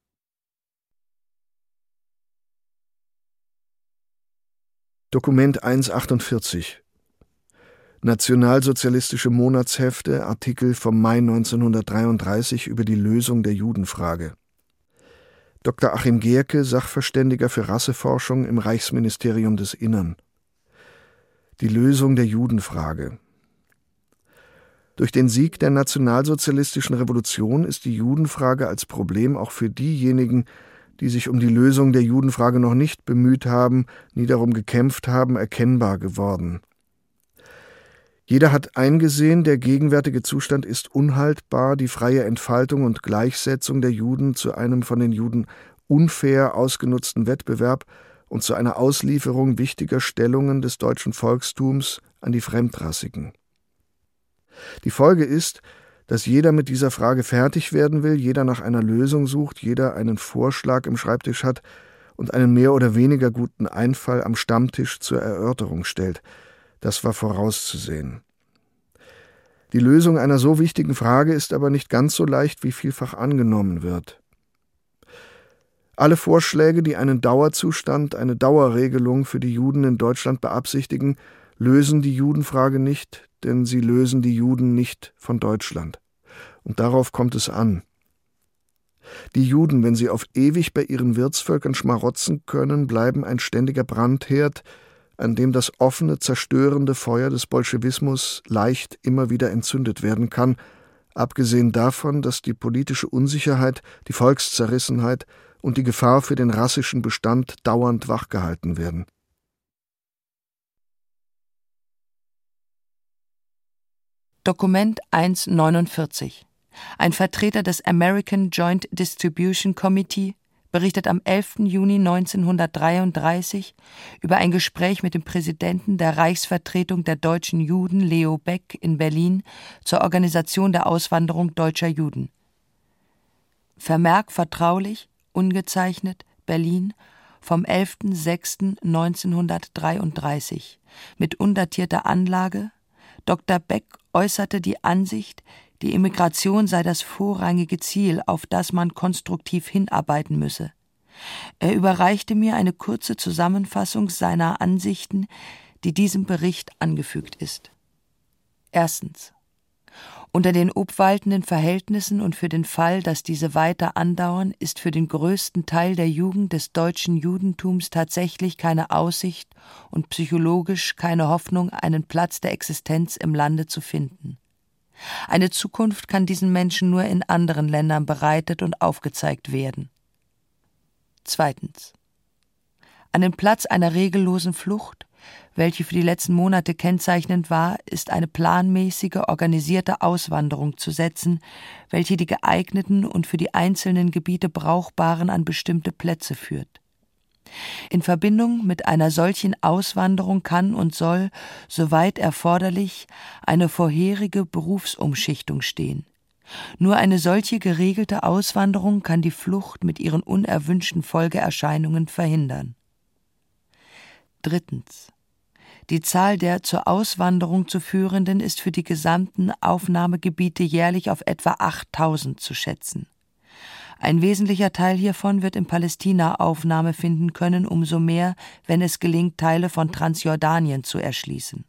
Dokument 148 Nationalsozialistische Monatshefte, Artikel vom Mai 1933 über die Lösung der Judenfrage. Dr. Achim Gehrke, Sachverständiger für Rasseforschung im Reichsministerium des Innern. Die Lösung der Judenfrage. Durch den Sieg der nationalsozialistischen Revolution ist die Judenfrage als Problem auch für diejenigen, die sich um die Lösung der Judenfrage noch nicht bemüht haben, nie darum gekämpft haben, erkennbar geworden. Jeder hat eingesehen, der gegenwärtige Zustand ist unhaltbar, die freie Entfaltung und Gleichsetzung der Juden zu einem von den Juden unfair ausgenutzten Wettbewerb und zu einer Auslieferung wichtiger Stellungen des deutschen Volkstums an die Fremdrassigen. Die Folge ist, dass jeder mit dieser Frage fertig werden will, jeder nach einer Lösung sucht, jeder einen Vorschlag im Schreibtisch hat und einen mehr oder weniger guten Einfall am Stammtisch zur Erörterung stellt. Das war vorauszusehen. Die Lösung einer so wichtigen Frage ist aber nicht ganz so leicht, wie vielfach angenommen wird. Alle Vorschläge, die einen Dauerzustand, eine Dauerregelung für die Juden in Deutschland beabsichtigen, lösen die Judenfrage nicht, denn sie lösen die Juden nicht von Deutschland. Und darauf kommt es an. Die Juden, wenn sie auf ewig bei ihren Wirtsvölkern schmarotzen können, bleiben ein ständiger Brandherd, an dem das offene, zerstörende Feuer des Bolschewismus leicht immer wieder entzündet werden kann, abgesehen davon, dass die politische Unsicherheit, die Volkszerrissenheit und die Gefahr für den rassischen Bestand dauernd wachgehalten werden. Dokument 149. Ein Vertreter des American Joint Distribution Committee berichtet am 11. Juni 1933 über ein Gespräch mit dem Präsidenten der Reichsvertretung der deutschen Juden, Leo Beck, in Berlin zur Organisation der Auswanderung deutscher Juden. Vermerk vertraulich, ungezeichnet, Berlin, vom 11.06.1933, mit undatierter Anlage. Dr. Beck äußerte die Ansicht, die Immigration sei das vorrangige Ziel, auf das man konstruktiv hinarbeiten müsse. Er überreichte mir eine kurze Zusammenfassung seiner Ansichten, die diesem Bericht angefügt ist. Erstens. Unter den obwaltenden Verhältnissen und für den Fall, dass diese weiter andauern, ist für den größten Teil der Jugend des deutschen Judentums tatsächlich keine Aussicht und psychologisch keine Hoffnung, einen Platz der Existenz im Lande zu finden. Eine Zukunft kann diesen Menschen nur in anderen Ländern bereitet und aufgezeigt werden. Zweitens. An den Platz einer regellosen Flucht, welche für die letzten Monate kennzeichnend war, ist eine planmäßige, organisierte Auswanderung zu setzen, welche die geeigneten und für die einzelnen Gebiete brauchbaren an bestimmte Plätze führt. In Verbindung mit einer solchen Auswanderung kann und soll, soweit erforderlich, eine vorherige Berufsumschichtung stehen. Nur eine solche geregelte Auswanderung kann die Flucht mit ihren unerwünschten Folgeerscheinungen verhindern. Drittens. Die Zahl der zur Auswanderung zu Führenden ist für die gesamten Aufnahmegebiete jährlich auf etwa 8.000 zu schätzen. Ein wesentlicher Teil hiervon wird in Palästina Aufnahme finden können, umso mehr, wenn es gelingt, Teile von Transjordanien zu erschließen.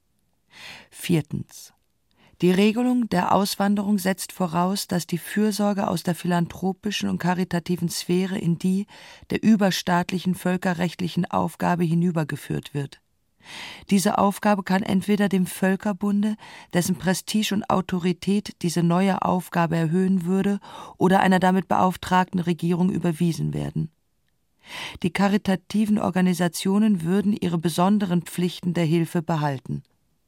Viertens. Die Regelung der Auswanderung setzt voraus, dass die Fürsorge aus der philanthropischen und karitativen Sphäre in die der überstaatlichen völkerrechtlichen Aufgabe hinübergeführt wird. Diese Aufgabe kann entweder dem Völkerbunde, dessen Prestige und Autorität diese neue Aufgabe erhöhen würde, oder einer damit beauftragten Regierung überwiesen werden. Die karitativen Organisationen würden ihre besonderen Pflichten der Hilfe behalten.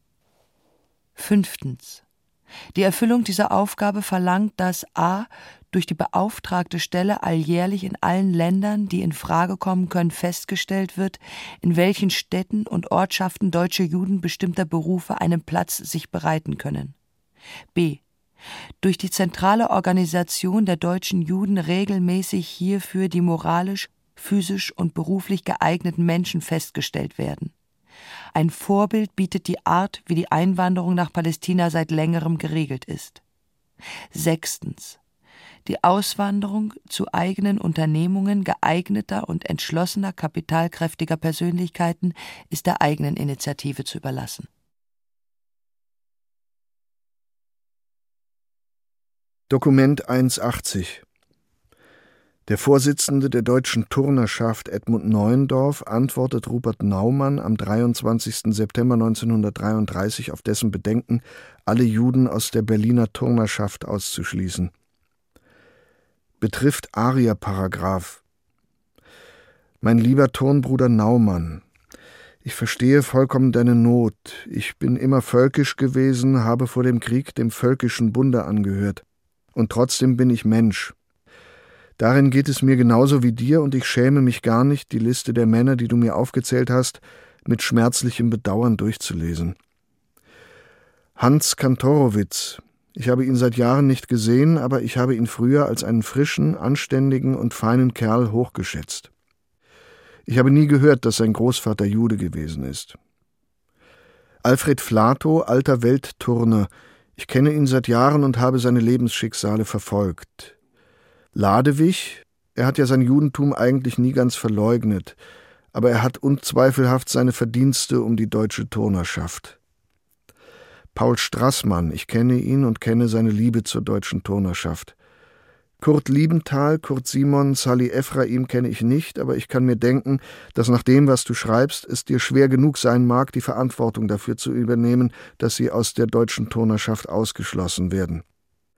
Fünftens. Die Erfüllung dieser Aufgabe verlangt, dass a. durch die beauftragte Stelle alljährlich in allen Ländern, die in Frage kommen können, festgestellt wird, in welchen Städten und Ortschaften deutsche Juden bestimmter Berufe einen Platz sich bereiten können. b. Durch die zentrale Organisation der deutschen Juden regelmäßig hierfür die moralisch, physisch und beruflich geeigneten Menschen festgestellt werden. Ein Vorbild bietet die Art, wie die Einwanderung nach Palästina seit längerem geregelt ist. Sechstens. Die Auswanderung zu eigenen Unternehmungen geeigneter und entschlossener, kapitalkräftiger Persönlichkeiten ist der eigenen Initiative zu überlassen. Dokument 180. Der Vorsitzende der Deutschen Turnerschaft Edmund Neuendorf antwortet Rupert Naumann am 23. September 1933 auf dessen Bedenken, alle Juden aus der Berliner Turnerschaft auszuschließen. Betrifft Arierparagraph. Mein lieber Turnbruder Naumann, ich verstehe vollkommen deine Not. Ich bin immer völkisch gewesen, habe vor dem Krieg dem völkischen Bunde angehört. Und trotzdem bin ich Mensch. Darin geht es mir genauso wie dir und ich schäme mich gar nicht, die Liste der Männer, die du mir aufgezählt hast, mit schmerzlichem Bedauern durchzulesen. Hans Kantorowicz. Ich habe ihn seit Jahren nicht gesehen, aber ich habe ihn früher als einen frischen, anständigen und feinen Kerl hochgeschätzt. Ich habe nie gehört, dass sein Großvater Jude gewesen ist. Alfred Flatow, alter Weltturner. Ich kenne ihn seit Jahren und habe seine Lebensschicksale verfolgt. Ladewig, er hat ja sein Judentum eigentlich nie ganz verleugnet, aber er hat unzweifelhaft seine Verdienste um die deutsche Turnerschaft. Paul Straßmann, ich kenne ihn und kenne seine Liebe zur deutschen Turnerschaft. Kurt Liebenthal, Kurt Simon, Sali Ephraim kenne ich nicht, aber ich kann mir denken, dass nach dem, was du schreibst, es dir schwer genug sein mag, die Verantwortung dafür zu übernehmen, dass sie aus der deutschen Turnerschaft ausgeschlossen werden.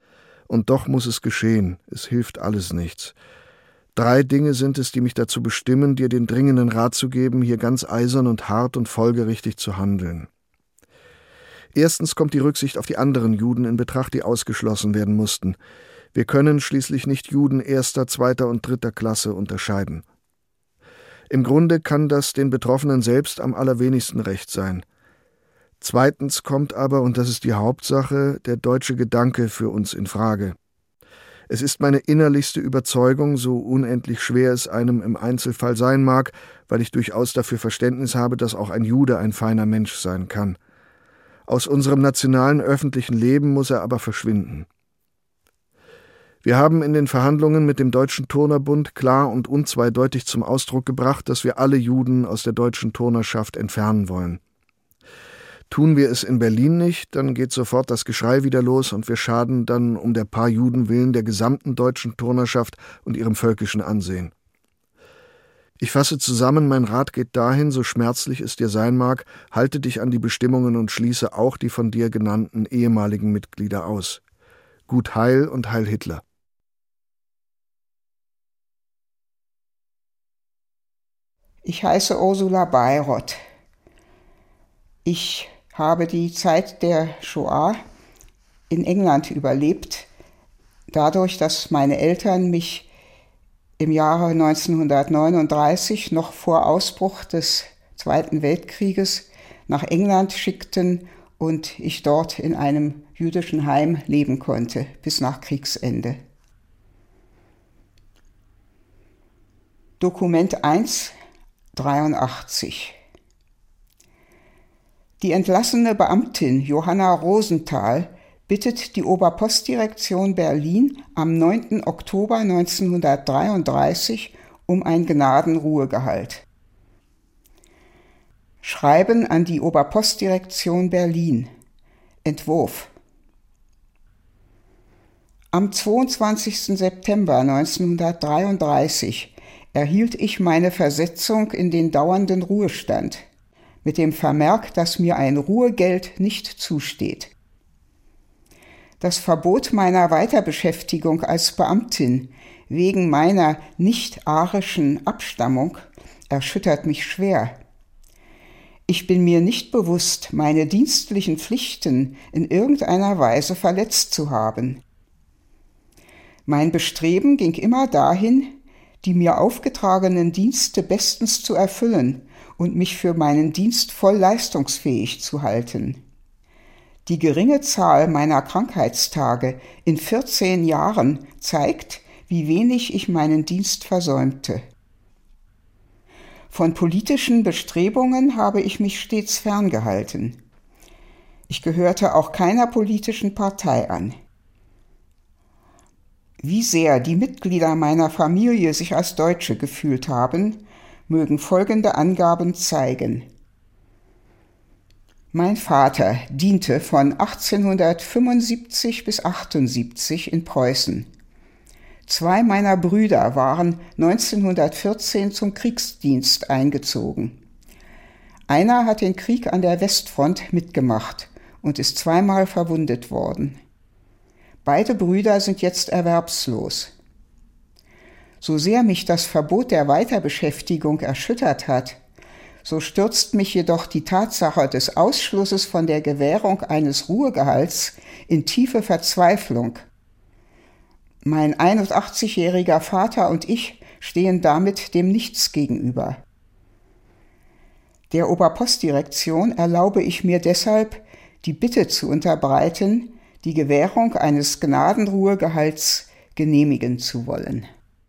Und doch muss es geschehen, es hilft alles nichts. 3 Dinge sind es, die mich dazu bestimmen, dir den dringenden Rat zu geben, hier ganz eisern und hart und folgerichtig zu handeln. Erstens kommt die Rücksicht auf die anderen Juden in Betracht, die ausgeschlossen werden mussten. Wir können schließlich nicht Juden 1., 2. und 3. Klasse unterscheiden. Im Grunde kann das den Betroffenen selbst am allerwenigsten recht sein. Zweitens kommt aber, und das ist die Hauptsache, der deutsche Gedanke für uns in Frage. Es ist meine innerlichste Überzeugung, so unendlich schwer es einem im Einzelfall sein mag, weil ich durchaus dafür Verständnis habe, dass auch ein Jude ein feiner Mensch sein kann. Aus unserem nationalen öffentlichen Leben muss er aber verschwinden. Wir haben in den Verhandlungen mit dem Deutschen Turnerbund klar und unzweideutig zum Ausdruck gebracht, dass wir alle Juden aus der deutschen Turnerschaft entfernen wollen. Tun wir es in Berlin nicht, dann geht sofort das Geschrei wieder los und wir schaden dann um der paar Juden willen der gesamten deutschen Turnerschaft und ihrem völkischen Ansehen. Ich fasse zusammen, mein Rat geht dahin, so schmerzlich es dir sein mag, halte dich an die Bestimmungen und schließe auch die von dir genannten ehemaligen Mitglieder aus. Gut Heil und Heil Hitler. Ich heiße Ursula Bayroth. Ich habe die Zeit der Shoah in England überlebt, dadurch, dass meine Eltern mich im Jahre 1939, noch vor Ausbruch des Zweiten Weltkrieges, nach England schickten und ich dort in einem jüdischen Heim leben konnte, bis nach Kriegsende. Dokument 1, 83. Die entlassene Beamtin Johanna Rosenthal bittet die Oberpostdirektion Berlin am 9. Oktober 1933 um ein Gnadenruhegehalt. Schreiben an die Oberpostdirektion Berlin. Entwurf. Am 22. September 1933 erhielt ich meine Versetzung in den dauernden Ruhestand, mit dem Vermerk, dass mir ein Ruhegeld nicht zusteht. Das Verbot meiner Weiterbeschäftigung als Beamtin wegen meiner nicht-arischen Abstammung erschüttert mich schwer. Ich bin mir nicht bewusst, meine dienstlichen Pflichten in irgendeiner Weise verletzt zu haben. Mein Bestreben ging immer dahin, die mir aufgetragenen Dienste bestens zu erfüllen und mich für meinen Dienst voll leistungsfähig zu halten. Die geringe Zahl meiner Krankheitstage in 14 Jahren zeigt, wie wenig ich meinen Dienst versäumte. Von politischen Bestrebungen habe ich mich stets ferngehalten. Ich gehörte auch keiner politischen Partei an. Wie sehr die Mitglieder meiner Familie sich als Deutsche gefühlt haben, mögen folgende Angaben zeigen. Mein Vater diente von 1875 bis 1878 in Preußen. 2 meiner Brüder waren 1914 zum Kriegsdienst eingezogen. Einer hat den Krieg an der Westfront mitgemacht und ist 2-mal verwundet worden. Beide Brüder sind jetzt erwerbslos. So sehr mich das Verbot der Weiterbeschäftigung erschüttert hat, so stürzt mich jedoch die Tatsache des Ausschlusses von der Gewährung eines Ruhegehalts in tiefe Verzweiflung. Mein 81-jähriger Vater und ich stehen damit dem Nichts gegenüber. Der Oberpostdirektion erlaube ich mir deshalb, die Bitte zu unterbreiten, die Gewährung eines Gnadenruhegehalts genehmigen zu wollen.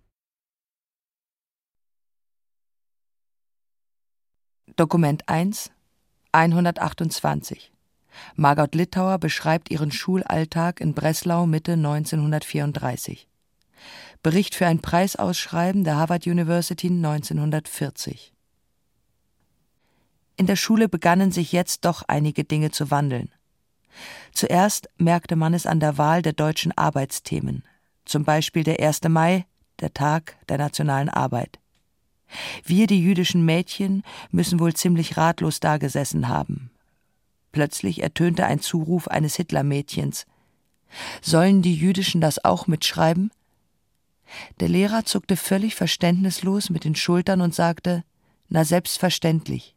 Dokument 1, 128. Margot Littauer beschreibt ihren Schulalltag in Breslau Mitte 1934. Bericht für ein Preisausschreiben der Harvard University 1940. In der Schule begannen sich jetzt doch einige Dinge zu wandeln. Zuerst merkte man es an der Wahl der deutschen Arbeitsthemen, zum Beispiel der 1. Mai, der Tag der nationalen Arbeit. Wir, die jüdischen Mädchen, müssen wohl ziemlich ratlos dagesessen haben. Plötzlich ertönte ein Zuruf eines Hitlermädchens. Sollen die Jüdischen das auch mitschreiben? Der Lehrer zuckte völlig verständnislos mit den Schultern und sagte: »Na, selbstverständlich.«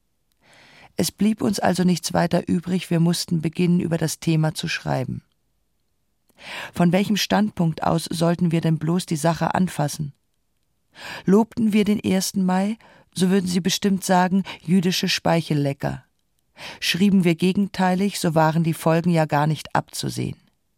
Es blieb uns also nichts weiter übrig, wir mussten beginnen, über das Thema zu schreiben. Von welchem Standpunkt aus sollten wir denn bloß die Sache anfassen? Lobten wir den 1. Mai, so würden sie bestimmt sagen, jüdische Speichellecker. Schrieben wir gegenteilig, so waren die Folgen ja gar nicht abzusehen.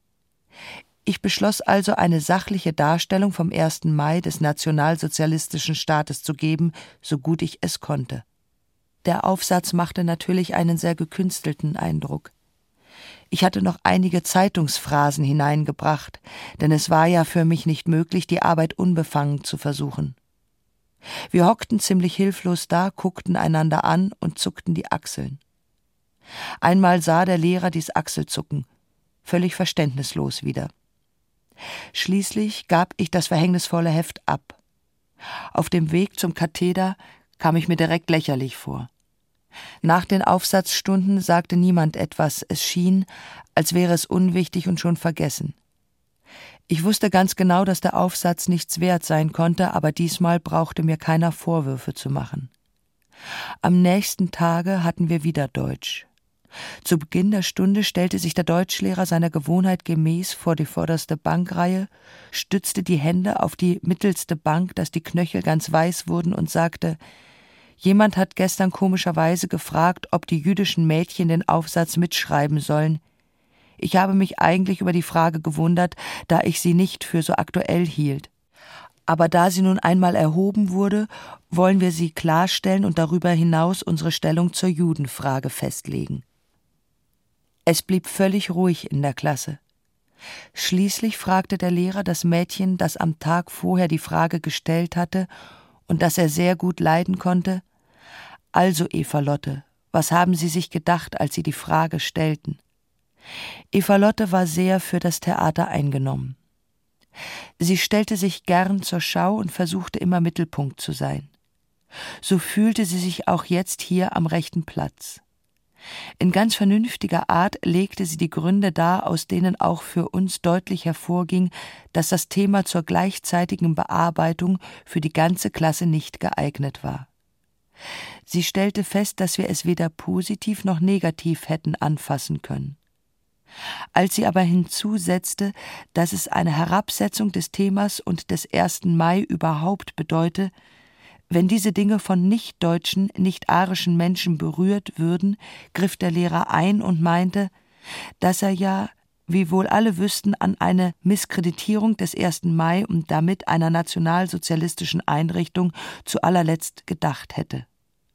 Ich beschloss also, eine sachliche Darstellung vom 1. Mai des nationalsozialistischen Staates zu geben, so gut ich es konnte. Der Aufsatz machte natürlich einen sehr gekünstelten Eindruck. Ich hatte noch einige Zeitungsphrasen hineingebracht, denn es war ja für mich nicht möglich, die Arbeit unbefangen zu versuchen. Wir hockten ziemlich hilflos da, guckten einander an und zuckten die Achseln. Einmal sah der Lehrer dies Achselzucken, völlig verständnislos wieder. Schließlich gab ich das verhängnisvolle Heft ab. Auf dem Weg zum Katheder kam ich mir direkt lächerlich vor. Nach den Aufsatzstunden sagte niemand etwas, es schien, als wäre es unwichtig und schon vergessen. Ich wusste ganz genau, dass der Aufsatz nichts wert sein konnte, aber diesmal brauchte mir keiner Vorwürfe zu machen. Am nächsten Tage hatten wir wieder Deutsch. Zu Beginn der Stunde stellte sich der Deutschlehrer seiner Gewohnheit gemäß vor die vorderste Bankreihe, stützte die Hände auf die mittelste Bank, dass die Knöchel ganz weiß wurden, und sagte: »Jemand hat gestern komischerweise gefragt, ob die jüdischen Mädchen den Aufsatz mitschreiben sollen. Ich habe mich eigentlich über die Frage gewundert, da ich sie nicht für so aktuell hielt. Aber da sie nun einmal erhoben wurde, wollen wir sie klarstellen und darüber hinaus unsere Stellung zur Judenfrage festlegen.« Es blieb völlig ruhig in der Klasse. Schließlich fragte der Lehrer das Mädchen, das am Tag vorher die Frage gestellt hatte und das er sehr gut leiden konnte: »Also, Eva Lotte, was haben Sie sich gedacht, als Sie die Frage stellten?« Eva Lotte war sehr für das Theater eingenommen. Sie stellte sich gern zur Schau und versuchte immer Mittelpunkt zu sein. So fühlte sie sich auch jetzt hier am rechten Platz. In ganz vernünftiger Art legte sie die Gründe dar, aus denen auch für uns deutlich hervorging, dass das Thema zur gleichzeitigen Bearbeitung für die ganze Klasse nicht geeignet war. Sie stellte fest, dass wir es weder positiv noch negativ hätten anfassen können. Als sie aber hinzusetzte, dass es eine Herabsetzung des Themas und des 1. Mai überhaupt bedeute, wenn diese Dinge von nicht-deutschen, nicht-arischen Menschen berührt würden, griff der Lehrer ein und meinte, dass er ja, wie wohl alle wüssten, an eine Misskreditierung des 1. Mai und damit einer nationalsozialistischen Einrichtung zu allerletzt gedacht hätte.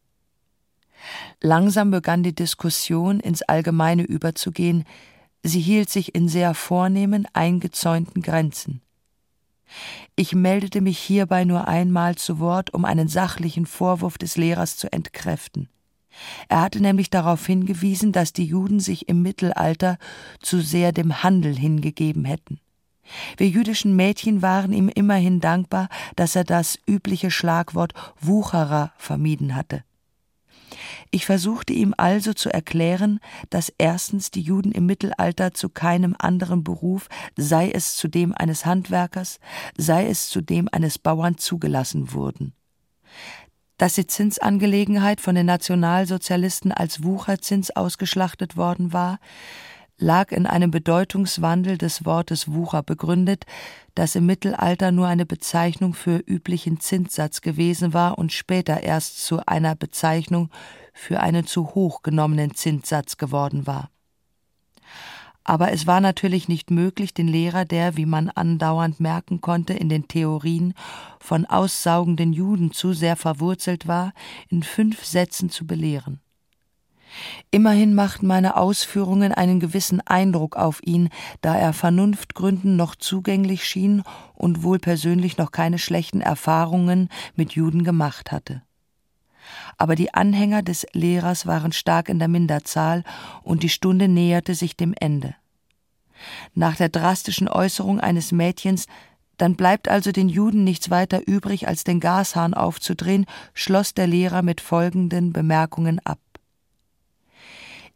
Langsam begann die Diskussion ins Allgemeine überzugehen. Sie hielt sich in sehr vornehmen, eingezäunten Grenzen. Ich meldete mich hierbei nur einmal zu Wort, um einen sachlichen Vorwurf des Lehrers zu entkräften. Er hatte nämlich darauf hingewiesen, dass die Juden sich im Mittelalter zu sehr dem Handel hingegeben hätten. Wir jüdischen Mädchen waren ihm immerhin dankbar, dass er das übliche Schlagwort Wucherer vermieden hatte. Ich versuchte ihm also zu erklären, dass erstens die Juden im Mittelalter zu keinem anderen Beruf, sei es zu dem eines Handwerkers, sei es zu dem eines Bauern, zugelassen wurden. Dass die Zinsangelegenheit von den Nationalsozialisten als Wucherzins ausgeschlachtet worden war, lag in einem Bedeutungswandel des Wortes Wucher begründet, das im Mittelalter nur eine Bezeichnung für üblichen Zinssatz gewesen war und später erst zu einer Bezeichnung für einen zu hoch genommenen Zinssatz geworden war. Aber es war natürlich nicht möglich, den Lehrer, der, wie man andauernd merken konnte, in den Theorien von aussaugenden Juden zu sehr verwurzelt war, in 5 Sätzen zu belehren. Immerhin machten meine Ausführungen einen gewissen Eindruck auf ihn, da er Vernunftgründen noch zugänglich schien und wohl persönlich noch keine schlechten Erfahrungen mit Juden gemacht hatte. Aber die Anhänger des Lehrers waren stark in der Minderzahl und die Stunde näherte sich dem Ende. Nach der drastischen Äußerung eines Mädchens, dann bleibt also den Juden nichts weiter übrig, als den Gashahn aufzudrehen, schloss der Lehrer mit folgenden Bemerkungen ab.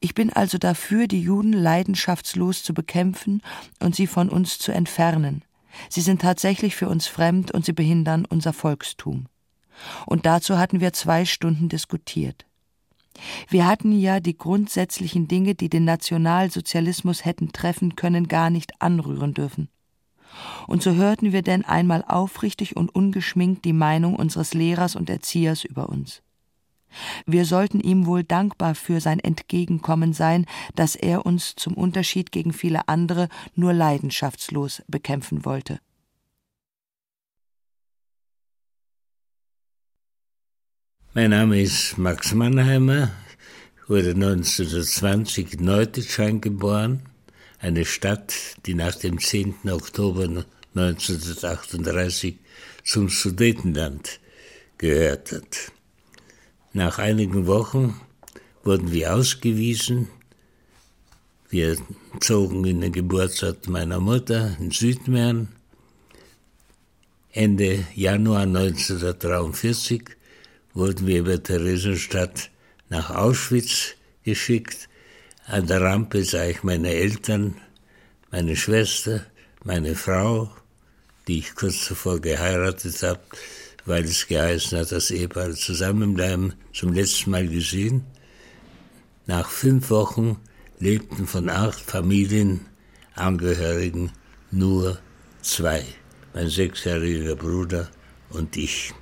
Ich bin also dafür, die Juden leidenschaftslos zu bekämpfen und sie von uns zu entfernen. Sie sind tatsächlich für uns fremd und sie behindern unser Volkstum. Und dazu hatten wir 2 Stunden diskutiert. Wir hatten ja die grundsätzlichen Dinge, die den Nationalsozialismus hätten treffen können, gar nicht anrühren dürfen. Und so hörten wir denn einmal aufrichtig und ungeschminkt die Meinung unseres Lehrers und Erziehers über uns. Wir sollten ihm wohl dankbar für sein Entgegenkommen sein, dass er uns zum Unterschied gegen viele andere nur leidenschaftslos bekämpfen wollte. Mein Name ist Max Mannheimer, wurde 1920 in Neutitschein geboren, eine Stadt, die nach dem 10. Oktober 1938 zum Sudetenland gehört hat. Nach einigen Wochen wurden wir ausgewiesen. Wir zogen in den Geburtsort meiner Mutter in Südmähren. Ende Januar 1943 wurden wir über Theresienstadt nach Auschwitz geschickt. An der Rampe sah ich meine Eltern, meine Schwester, meine Frau, die ich kurz zuvor geheiratet habe, weil es geheißen hat, dass Ehepaare zusammenbleiben, zum letzten Mal gesehen. Nach 5 Wochen lebten von 8 Familienangehörigen nur 2, mein 6-jähriger Bruder und ich.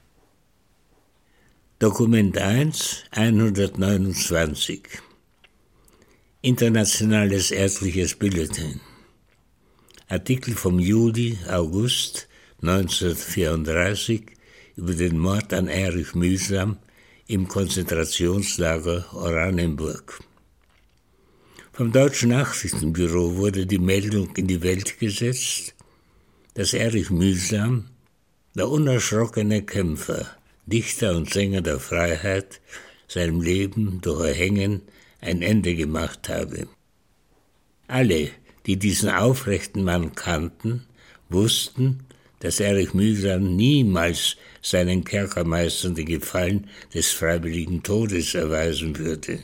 Dokument 1, 129. Internationales ärztliches Bulletin. Artikel vom Juli, August 1934 über den Mord an Erich Mühsam im Konzentrationslager Oranienburg. Vom Deutschen Nachrichtenbüro wurde die Meldung in die Welt gesetzt, dass Erich Mühsam, der unerschrockene Kämpfer, Dichter und Sänger der Freiheit, seinem Leben durch Erhängen ein Ende gemacht habe. Alle, die diesen aufrechten Mann kannten, wussten, dass Erich Mühsam niemals seinen Kerkermeistern den Gefallen des freiwilligen Todes erweisen würde.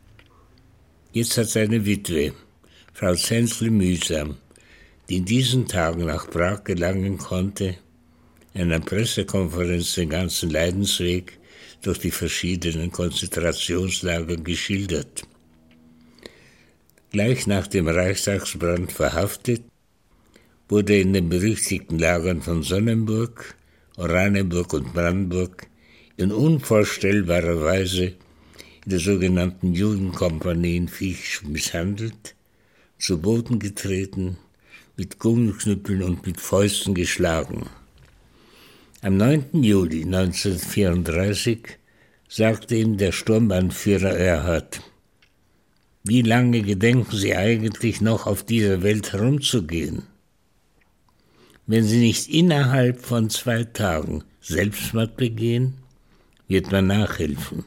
Jetzt hat seine Witwe, Frau Zenzle Mühsam, die in diesen Tagen nach Prag gelangen konnte, in einer Pressekonferenz den ganzen Leidensweg durch die verschiedenen Konzentrationslager geschildert. Gleich nach dem Reichstagsbrand verhaftet, wurde er in den berüchtigten Lagern von Sonnenburg, Oranienburg und Brandenburg in unvorstellbarer Weise in der sogenannten Judenkompanie in Viech misshandelt, zu Boden getreten, mit Gummiknüppeln und mit Fäusten geschlagen. Am 9. Juli 1934 sagte ihm der Sturmbannführer Erhard: Wie lange gedenken Sie eigentlich noch auf dieser Welt herumzugehen? Wenn Sie nicht innerhalb von 2 Tagen Selbstmord begehen, wird man nachhelfen.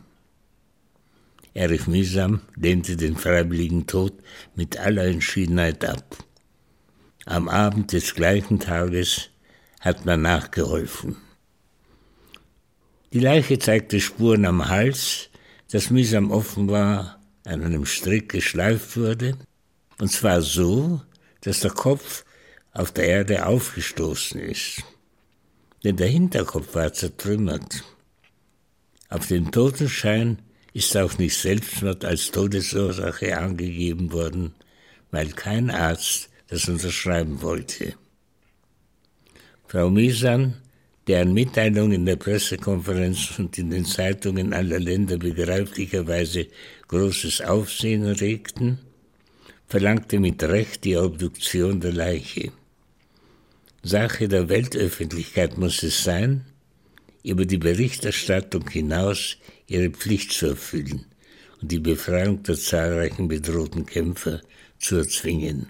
Erich Mühsam lehnte den freiwilligen Tod mit aller Entschiedenheit ab. Am Abend des gleichen Tages hat man nachgeholfen. Die Leiche zeigte Spuren am Hals, dass Mühsam offenbar an einem Strick geschleift wurde, und zwar so, dass der Kopf auf der Erde aufgestoßen ist. Denn der Hinterkopf war zertrümmert. Auf dem Totenschein ist auch nicht Selbstmord als Todesursache angegeben worden, weil kein Arzt das unterschreiben wollte. Frau Mühsam, deren Mitteilungen in der Pressekonferenz und in den Zeitungen aller Länder begreiflicherweise großes Aufsehen regten, verlangte mit Recht die Obduktion der Leiche. Sache der Weltöffentlichkeit muss es sein, über die Berichterstattung hinaus ihre Pflicht zu erfüllen und die Befreiung der zahlreichen bedrohten Kämpfer zu erzwingen.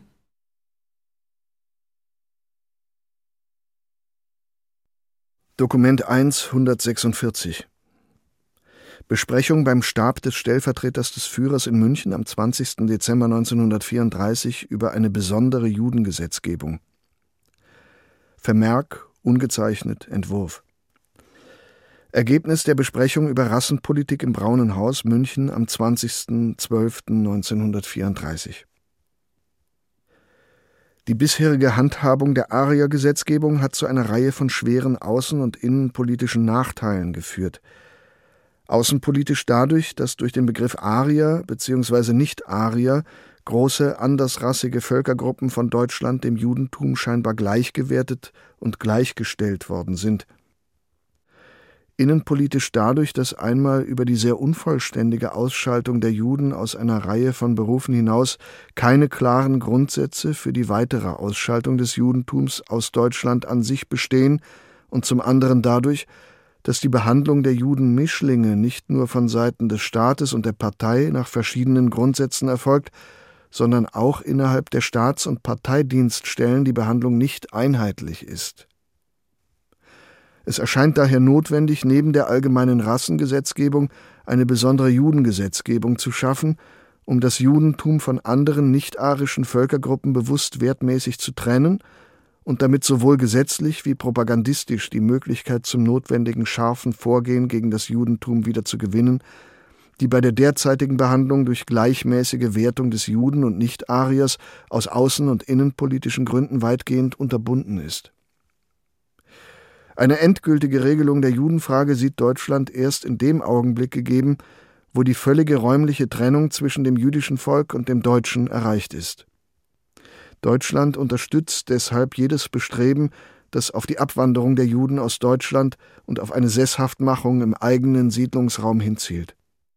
Dokument 1, 146. Besprechung beim Stab des Stellvertreters des Führers in München am 20. Dezember 1934 über eine besondere Judengesetzgebung. Vermerk, ungezeichnet, Entwurf. Ergebnis der Besprechung über Rassenpolitik im Braunen Haus, München, am 20.12.1934. Die bisherige Handhabung der Ariergesetzgebung hat zu einer Reihe von schweren außen- und innenpolitischen Nachteilen geführt. Außenpolitisch dadurch, dass durch den Begriff Arier bzw. Nicht-Arier große andersrassige Völkergruppen von Deutschland dem Judentum scheinbar gleichgewertet und gleichgestellt worden sind. Innenpolitisch dadurch, dass einmal über die sehr unvollständige Ausschaltung der Juden aus einer Reihe von Berufen hinaus keine klaren Grundsätze für die weitere Ausschaltung des Judentums aus Deutschland an sich bestehen und zum anderen dadurch, dass die Behandlung der Judenmischlinge nicht nur von Seiten des Staates und der Partei nach verschiedenen Grundsätzen erfolgt, sondern auch innerhalb der Staats- und Parteidienststellen die Behandlung nicht einheitlich ist. Es erscheint daher notwendig, neben der allgemeinen Rassengesetzgebung eine besondere Judengesetzgebung zu schaffen, um das Judentum von anderen nicht-arischen Völkergruppen bewusst wertmäßig zu trennen und damit sowohl gesetzlich wie propagandistisch die Möglichkeit zum notwendigen scharfen Vorgehen gegen das Judentum wieder zu gewinnen, die bei der derzeitigen Behandlung durch gleichmäßige Wertung des Juden und Nicht-Ariers aus außen- und innenpolitischen Gründen weitgehend unterbunden ist. Eine endgültige Regelung der Judenfrage sieht Deutschland erst in dem Augenblick gegeben, wo die völlige räumliche Trennung zwischen dem jüdischen Volk und dem Deutschen erreicht ist. Deutschland unterstützt deshalb jedes Bestreben, das auf die Abwanderung der Juden aus Deutschland und auf eine Sesshaftmachung im eigenen Siedlungsraum hinzielt.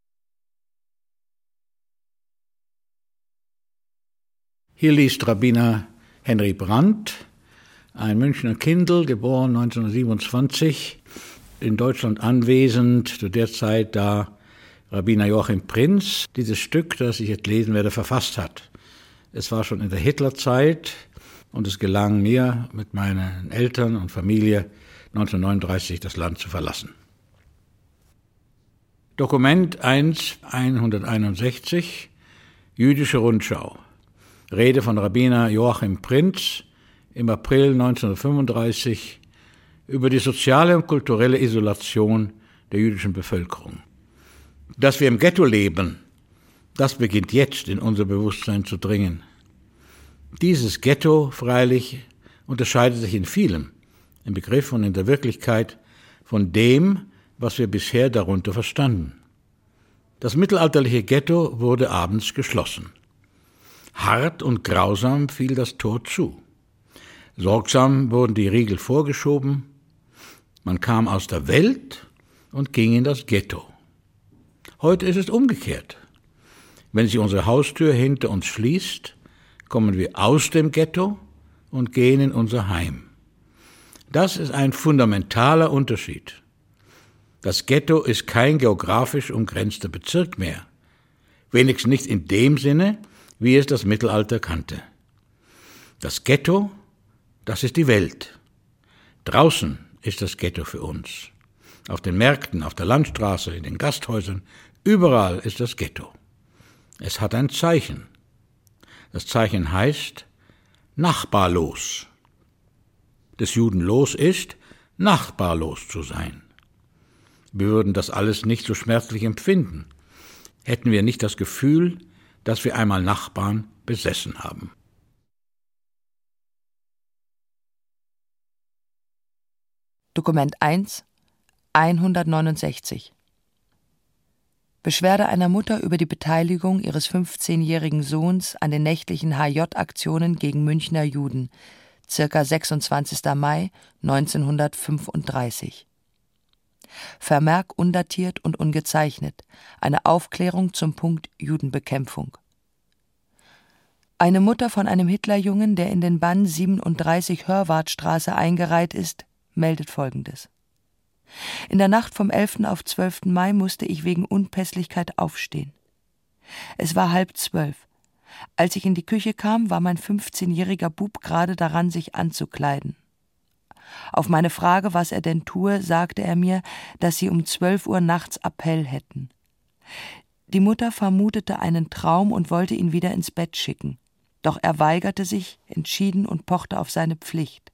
Hier liest Rabbiner Henry Brandt, ein Münchner Kindl, geboren 1927, in Deutschland anwesend, zu der Zeit, da Rabbiner Joachim Prinz dieses Stück, das ich jetzt lesen werde, verfasst hat. Es war schon in der Hitlerzeit und es gelang mir, mit meinen Eltern und Familie 1939 das Land zu verlassen. Dokument 161, Jüdische Rundschau. Rede von Rabbiner Joachim Prinz im April 1935 über die soziale und kulturelle Isolation der jüdischen Bevölkerung. Dass wir im Ghetto leben, das beginnt jetzt in unser Bewusstsein zu dringen. Dieses Ghetto, freilich, unterscheidet sich in vielem, im Begriff und in der Wirklichkeit, von dem, was wir bisher darunter verstanden. Das mittelalterliche Ghetto wurde abends geschlossen. Hart und grausam fiel das Tor zu. Sorgsam wurden die Riegel vorgeschoben. Man kam aus der Welt und ging in das Ghetto. Heute ist es umgekehrt. Wenn sich unsere Haustür hinter uns schließt, kommen wir aus dem Ghetto und gehen in unser Heim. Das ist ein fundamentaler Unterschied. Das Ghetto ist kein geografisch umgrenzter Bezirk mehr. Wenigstens nicht in dem Sinne, wie es das Mittelalter kannte. Das Ghetto, das ist die Welt. Draußen ist das Ghetto für uns. Auf den Märkten, auf der Landstraße, in den Gasthäusern, überall ist das Ghetto. Es hat ein Zeichen. Das Zeichen heißt nachbarlos. Des Juden Los ist, nachbarlos zu sein. Wir würden das alles nicht so schmerzlich empfinden, hätten wir nicht das Gefühl, dass wir einmal Nachbarn besessen haben. Dokument 1, 169. Beschwerde einer Mutter über die Beteiligung ihres 15-jährigen Sohns an den nächtlichen HJ-Aktionen gegen Münchner Juden, circa 26. Mai 1935. Vermerk undatiert und ungezeichnet. Eine Aufklärung zum Punkt Judenbekämpfung. Eine Mutter von einem Hitlerjungen, der in den Bann 37 Hörwartstraße eingereiht ist, meldet Folgendes. In der Nacht vom 11. auf 12. Mai musste ich wegen Unpässlichkeit aufstehen. Es war 11:30. Als ich in die Küche kam, war mein 15-jähriger Bub gerade daran, sich anzukleiden. Auf meine Frage, was er denn tue, sagte er mir, dass sie um 12 Uhr nachts Appell hätten. Die Mutter vermutete einen Traum und wollte ihn wieder ins Bett schicken. Doch er weigerte sich entschieden und pochte auf seine Pflicht.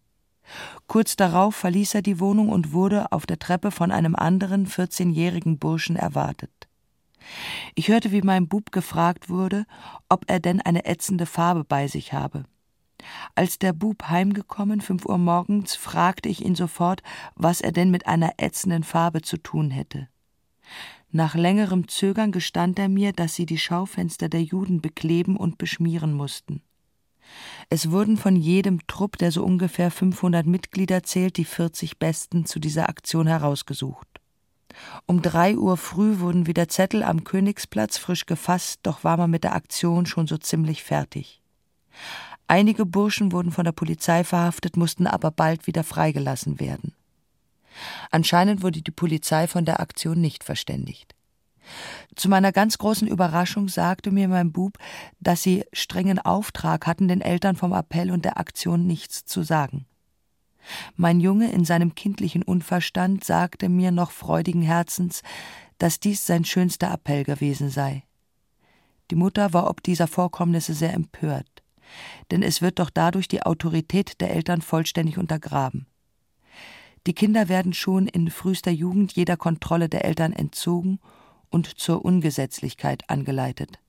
Kurz darauf verließ er die Wohnung und wurde auf der Treppe von einem anderen 14-jährigen Burschen erwartet. Ich hörte, wie mein Bub gefragt wurde, ob er denn eine ätzende Farbe bei sich habe. Als der Bub heimgekommen, 5 Uhr morgens, fragte ich ihn sofort, was er denn mit einer ätzenden Farbe zu tun hätte. Nach längerem Zögern gestand er mir, dass sie die Schaufenster der Juden bekleben und beschmieren mussten. Es wurden von jedem Trupp, der so ungefähr 500 Mitglieder zählt, die 40 Besten zu dieser Aktion herausgesucht. Um 3 Uhr früh wurden wieder Zettel am Königsplatz frisch gefasst, doch war man mit der Aktion schon so ziemlich fertig. Einige Burschen wurden von der Polizei verhaftet, mussten aber bald wieder freigelassen werden. Anscheinend wurde die Polizei von der Aktion nicht verständigt. Zu meiner ganz großen Überraschung sagte mir mein Bub, dass sie strengen Auftrag hatten, den Eltern vom Appell und der Aktion nichts zu sagen. Mein Junge in seinem kindlichen Unverstand sagte mir noch freudigen Herzens, dass dies sein schönster Appell gewesen sei. Die Mutter war ob dieser Vorkommnisse sehr empört, denn es wird doch dadurch die Autorität der Eltern vollständig untergraben. Die Kinder werden schon in frühester Jugend jeder Kontrolle der Eltern entzogen und zur Ungesetzlichkeit angeleitet.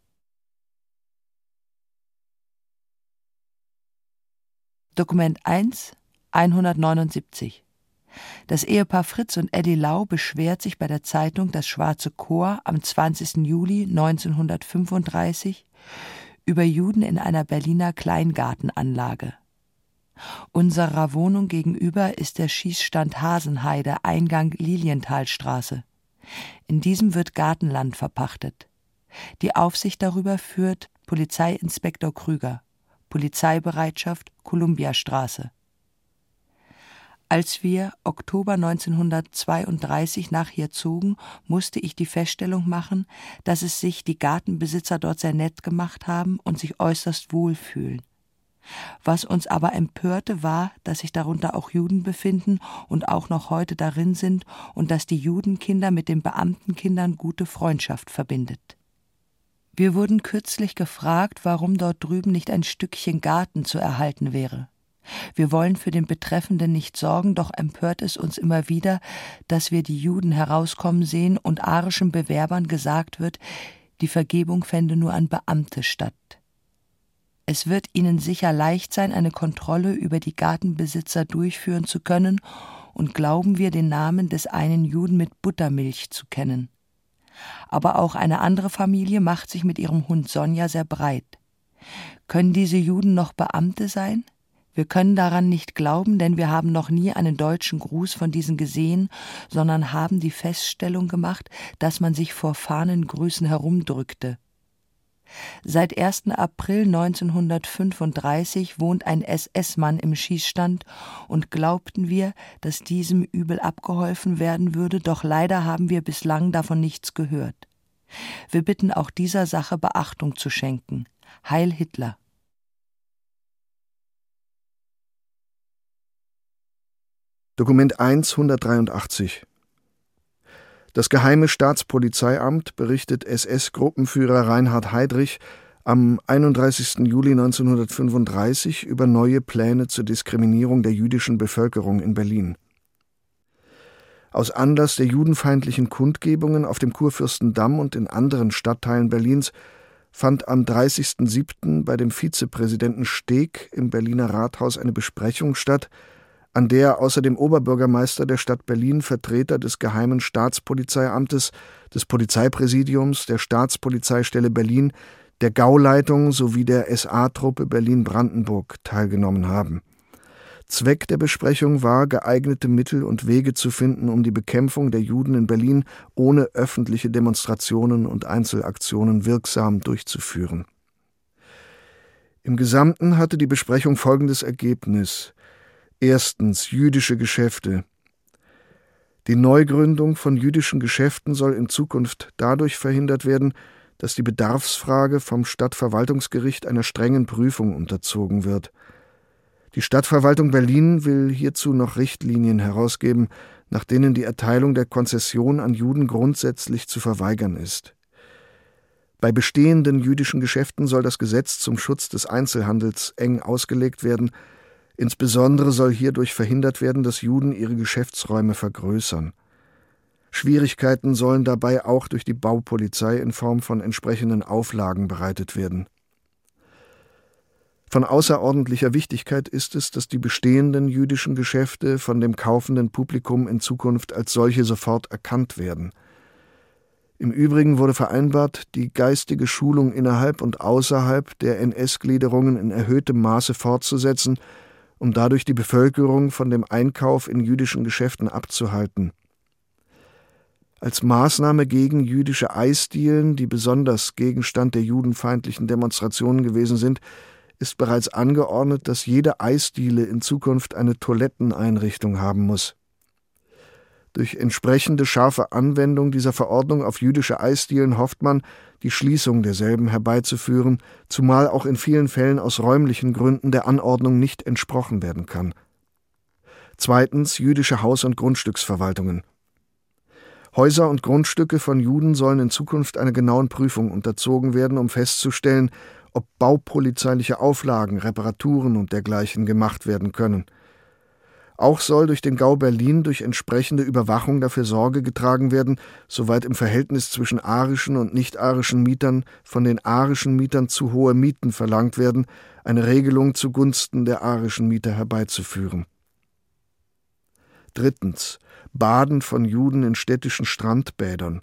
Dokument 1, 179. Das Ehepaar Fritz und Eddie Lau beschwert sich bei der Zeitung Das Schwarze Chor am 20. Juli 1935 über Juden in einer Berliner Kleingartenanlage. Unserer Wohnung gegenüber ist der Schießstand Hasenheide, Eingang Lilienthalstraße. In diesem wird Gartenland verpachtet. Die Aufsicht darüber führt Polizeiinspektor Krüger. Polizeibereitschaft Kolumbiastraße. Als wir Oktober 1932 nach hier zogen, musste ich die Feststellung machen, dass es sich die Gartenbesitzer dort sehr nett gemacht haben und sich äußerst wohl fühlen. Was uns aber empörte, war, dass sich darunter auch Juden befinden und auch noch heute darin sind und dass die Judenkinder mit den Beamtenkindern gute Freundschaft verbindet. Wir wurden kürzlich gefragt, warum dort drüben nicht ein Stückchen Garten zu erhalten wäre. Wir wollen für den Betreffenden nicht sorgen, doch empört es uns immer wieder, dass wir die Juden herauskommen sehen und arischen Bewerbern gesagt wird, die Vergebung fände nur an Beamte statt. Es wird ihnen sicher leicht sein, eine Kontrolle über die Gartenbesitzer durchführen zu können, und glauben wir, den Namen des einen Juden mit Buttermilch zu kennen. Aber auch eine andere Familie macht sich mit ihrem Hund Sonja sehr breit. Können diese Juden noch Beamte sein? Wir können daran nicht glauben, denn wir haben noch nie einen deutschen Gruß von diesen gesehen, sondern haben die Feststellung gemacht, dass man sich vor Fahnengrüßen herumdrückte. Seit 1. April 1935 wohnt ein SS-Mann im Schießstand und glaubten wir, dass diesem Übel abgeholfen werden würde, doch leider haben wir bislang davon nichts gehört. Wir bitten auch dieser Sache Beachtung zu schenken. Heil Hitler! Dokument 1, 183. Das Geheime Staatspolizeiamt berichtet SS-Gruppenführer Reinhard Heydrich am 31. Juli 1935 über neue Pläne zur Diskriminierung der jüdischen Bevölkerung in Berlin. Aus Anlass der judenfeindlichen Kundgebungen auf dem Kurfürstendamm und in anderen Stadtteilen Berlins fand am 30.07. bei dem Vizepräsidenten Steg im Berliner Rathaus eine Besprechung statt, an der außer dem Oberbürgermeister der Stadt Berlin Vertreter des Geheimen Staatspolizeiamtes, des Polizeipräsidiums, der Staatspolizeistelle Berlin, der Gauleitung sowie der SA-Truppe Berlin-Brandenburg teilgenommen haben. Zweck der Besprechung war, geeignete Mittel und Wege zu finden, um die Bekämpfung der Juden in Berlin ohne öffentliche Demonstrationen und Einzelaktionen wirksam durchzuführen. Im Gesamten hatte die Besprechung folgendes Ergebnis: Erstens, jüdische Geschäfte. Die Neugründung von jüdischen Geschäften soll in Zukunft dadurch verhindert werden, dass die Bedarfsfrage vom Stadtverwaltungsgericht einer strengen Prüfung unterzogen wird. Die Stadtverwaltung Berlin will hierzu noch Richtlinien herausgeben, nach denen die Erteilung der Konzession an Juden grundsätzlich zu verweigern ist. Bei bestehenden jüdischen Geschäften soll das Gesetz zum Schutz des Einzelhandels eng ausgelegt werden. Insbesondere soll hierdurch verhindert werden, dass Juden ihre Geschäftsräume vergrößern. Schwierigkeiten sollen dabei auch durch die Baupolizei in Form von entsprechenden Auflagen bereitet werden. Von außerordentlicher Wichtigkeit ist es, dass die bestehenden jüdischen Geschäfte von dem kaufenden Publikum in Zukunft als solche sofort erkannt werden. Im Übrigen wurde vereinbart, die geistige Schulung innerhalb und außerhalb der NS-Gliederungen in erhöhtem Maße fortzusetzen, um dadurch die Bevölkerung von dem Einkauf in jüdischen Geschäften abzuhalten. Als Maßnahme gegen jüdische Eisdielen, die besonders Gegenstand der judenfeindlichen Demonstrationen gewesen sind, ist bereits angeordnet, dass jede Eisdiele in Zukunft eine Toiletteneinrichtung haben muss. Durch entsprechende scharfe Anwendung dieser Verordnung auf jüdische Eisdielen hofft man, die Schließung derselben herbeizuführen, zumal auch in vielen Fällen aus räumlichen Gründen der Anordnung nicht entsprochen werden kann. Zweitens, jüdische Haus- und Grundstücksverwaltungen. Häuser und Grundstücke von Juden sollen in Zukunft einer genauen Prüfung unterzogen werden, um festzustellen, ob baupolizeiliche Auflagen, Reparaturen und dergleichen gemacht werden können. Auch soll durch den Gau Berlin durch entsprechende Überwachung dafür Sorge getragen werden, soweit im Verhältnis zwischen arischen und nicht-arischen Mietern von den arischen Mietern zu hohe Mieten verlangt werden, eine Regelung zugunsten der arischen Mieter herbeizuführen. Drittens. Baden von Juden in städtischen Strandbädern.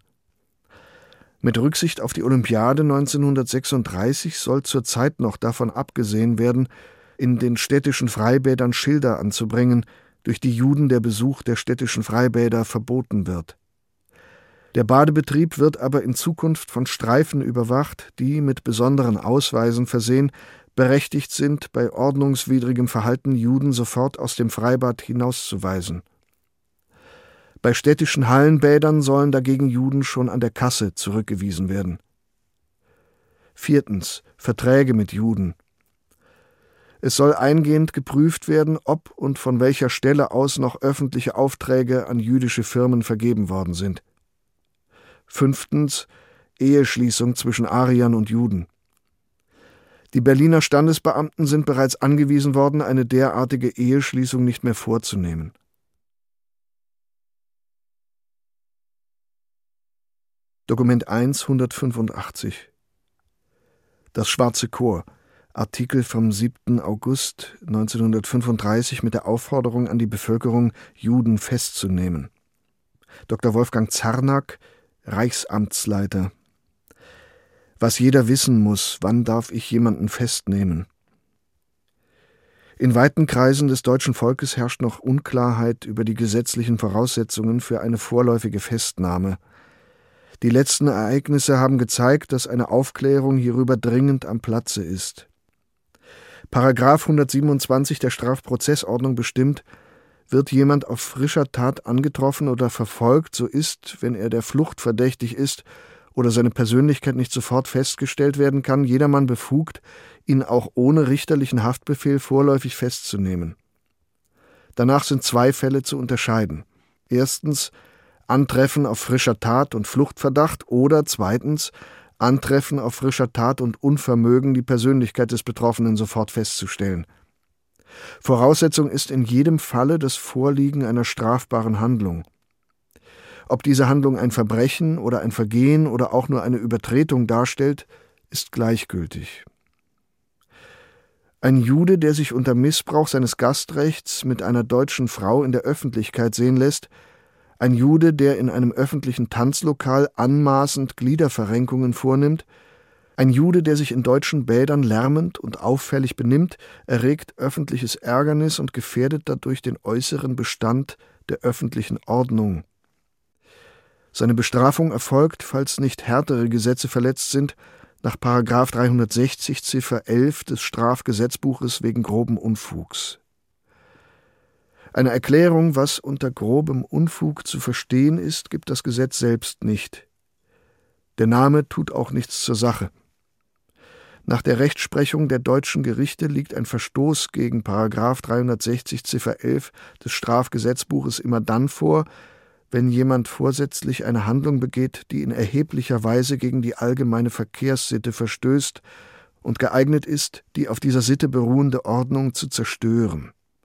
Mit Rücksicht auf die Olympiade 1936 soll zurzeit noch davon abgesehen werden, in den städtischen Freibädern Schilder anzubringen, durch die Juden der Besuch der städtischen Freibäder verboten wird. Der Badebetrieb wird aber in Zukunft von Streifen überwacht, die mit besonderen Ausweisen versehen, berechtigt sind, bei ordnungswidrigem Verhalten Juden sofort aus dem Freibad hinauszuweisen. Bei städtischen Hallenbädern sollen dagegen Juden schon an der Kasse zurückgewiesen werden. Viertens. Verträge mit Juden. Es soll eingehend geprüft werden, ob und von welcher Stelle aus noch öffentliche Aufträge an jüdische Firmen vergeben worden sind. Fünftens. Eheschließung zwischen Ariern und Juden. Die Berliner Standesbeamten sind bereits angewiesen worden, eine derartige Eheschließung nicht mehr vorzunehmen. Dokument 1, 185. Das Schwarze Chor. Artikel vom 7. August 1935 mit der Aufforderung an die Bevölkerung, Juden festzunehmen. Dr. Wolfgang Zarnack, Reichsamtsleiter. Was jeder wissen muss, wann darf ich jemanden festnehmen? In weiten Kreisen des deutschen Volkes herrscht noch Unklarheit über die gesetzlichen Voraussetzungen für eine vorläufige Festnahme. Die letzten Ereignisse haben gezeigt, dass eine Aufklärung hierüber dringend am Platze ist. Paragraph 127 der Strafprozessordnung bestimmt, wird jemand auf frischer Tat angetroffen oder verfolgt, so ist, wenn er der Flucht verdächtig ist oder seine Persönlichkeit nicht sofort festgestellt werden kann, jedermann befugt, ihn auch ohne richterlichen Haftbefehl vorläufig festzunehmen. Danach sind zwei Fälle zu unterscheiden. Erstens Antreffen auf frischer Tat und Fluchtverdacht oder zweitens Antreffen auf frischer Tat und Unvermögen, die Persönlichkeit des Betroffenen sofort festzustellen. Voraussetzung ist in jedem Falle das Vorliegen einer strafbaren Handlung. Ob diese Handlung ein Verbrechen oder ein Vergehen oder auch nur eine Übertretung darstellt, ist gleichgültig. Ein Jude, der sich unter Missbrauch seines Gastrechts mit einer deutschen Frau in der Öffentlichkeit sehen lässt, ein Jude, der in einem öffentlichen Tanzlokal anmaßend Gliederverrenkungen vornimmt, ein Jude, der sich in deutschen Bädern lärmend und auffällig benimmt, erregt öffentliches Ärgernis und gefährdet dadurch den äußeren Bestand der öffentlichen Ordnung. Seine Bestrafung erfolgt, falls nicht härtere Gesetze verletzt sind, nach § 360 Ziffer 11 des Strafgesetzbuches wegen groben Unfugs. Eine Erklärung, was unter grobem Unfug zu verstehen ist, gibt das Gesetz selbst nicht. Der Name tut auch nichts zur Sache. Nach der Rechtsprechung der deutschen Gerichte liegt ein Verstoß gegen § 360 Ziffer 11 des Strafgesetzbuches immer dann vor, wenn jemand vorsätzlich eine Handlung begeht, die in erheblicher Weise gegen die allgemeine Verkehrssitte verstößt und geeignet ist, die auf dieser Sitte beruhende Ordnung zu zerstören.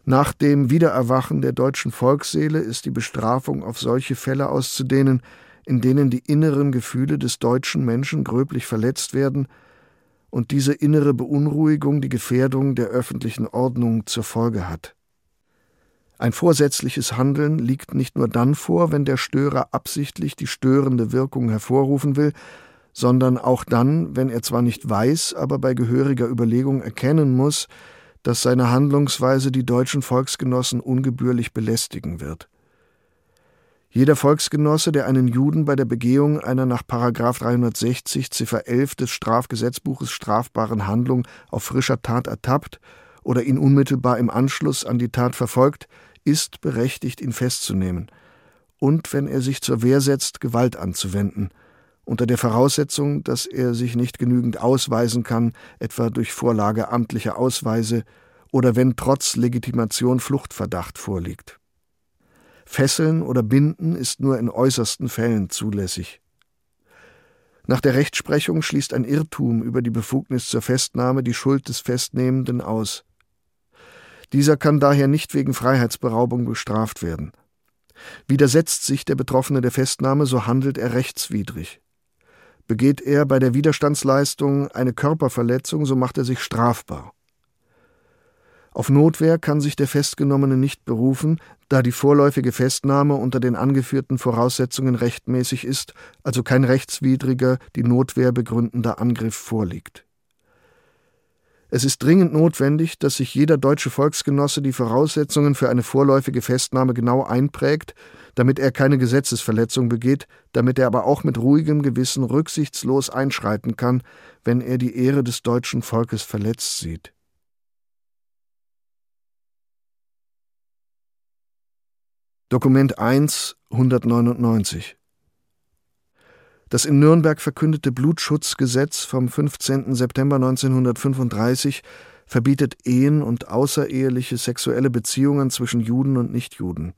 Nach dem Wiedererwachen der deutschen Volksseele ist die Bestrafung auf solche Fälle auszudehnen, in denen die inneren Gefühle des deutschen Menschen gröblich verletzt werden und diese innere Beunruhigung die Gefährdung der öffentlichen Ordnung zur Folge hat. Ein vorsätzliches Handeln liegt nicht nur dann vor, wenn der Störer absichtlich die störende Wirkung hervorrufen will, sondern auch dann, wenn er zwar nicht weiß, aber bei gehöriger Überlegung erkennen muss, dass seine Handlungsweise die deutschen Volksgenossen ungebührlich belästigen wird. Jeder Volksgenosse, der einen Juden bei der Begehung einer nach § 360 Ziffer 11 des Strafgesetzbuches strafbaren Handlung auf frischer Tat ertappt oder ihn unmittelbar im Anschluss an die Tat verfolgt, ist berechtigt, ihn festzunehmen und, wenn er sich zur Wehr setzt, Gewalt anzuwenden, unter der Voraussetzung, dass er sich nicht genügend ausweisen kann, etwa durch Vorlage amtlicher Ausweise oder wenn trotz Legitimation Fluchtverdacht vorliegt. Fesseln oder Binden ist nur in äußersten Fällen zulässig. Nach der Rechtsprechung schließt ein Irrtum über die Befugnis zur Festnahme die Schuld des Festnehmenden aus. Dieser kann daher nicht wegen Freiheitsberaubung bestraft werden. Widersetzt sich der Betroffene der Festnahme, so handelt er rechtswidrig. Begeht er bei der Widerstandsleistung eine Körperverletzung, so macht er sich strafbar. Auf Notwehr kann sich der Festgenommene nicht berufen, da die vorläufige Festnahme unter den angeführten Voraussetzungen rechtmäßig ist, also kein rechtswidriger, die Notwehr begründender Angriff vorliegt. Es ist dringend notwendig, dass sich jeder deutsche Volksgenosse die Voraussetzungen für eine vorläufige Festnahme genau einprägt, damit er keine Gesetzesverletzung begeht, damit er aber auch mit ruhigem Gewissen rücksichtslos einschreiten kann, wenn er die Ehre des deutschen Volkes verletzt sieht. Dokument 1, 199. Das in Nürnberg verkündete Blutschutzgesetz vom 15. September 1935 verbietet Ehen und außereheliche sexuelle Beziehungen zwischen Juden und Nichtjuden.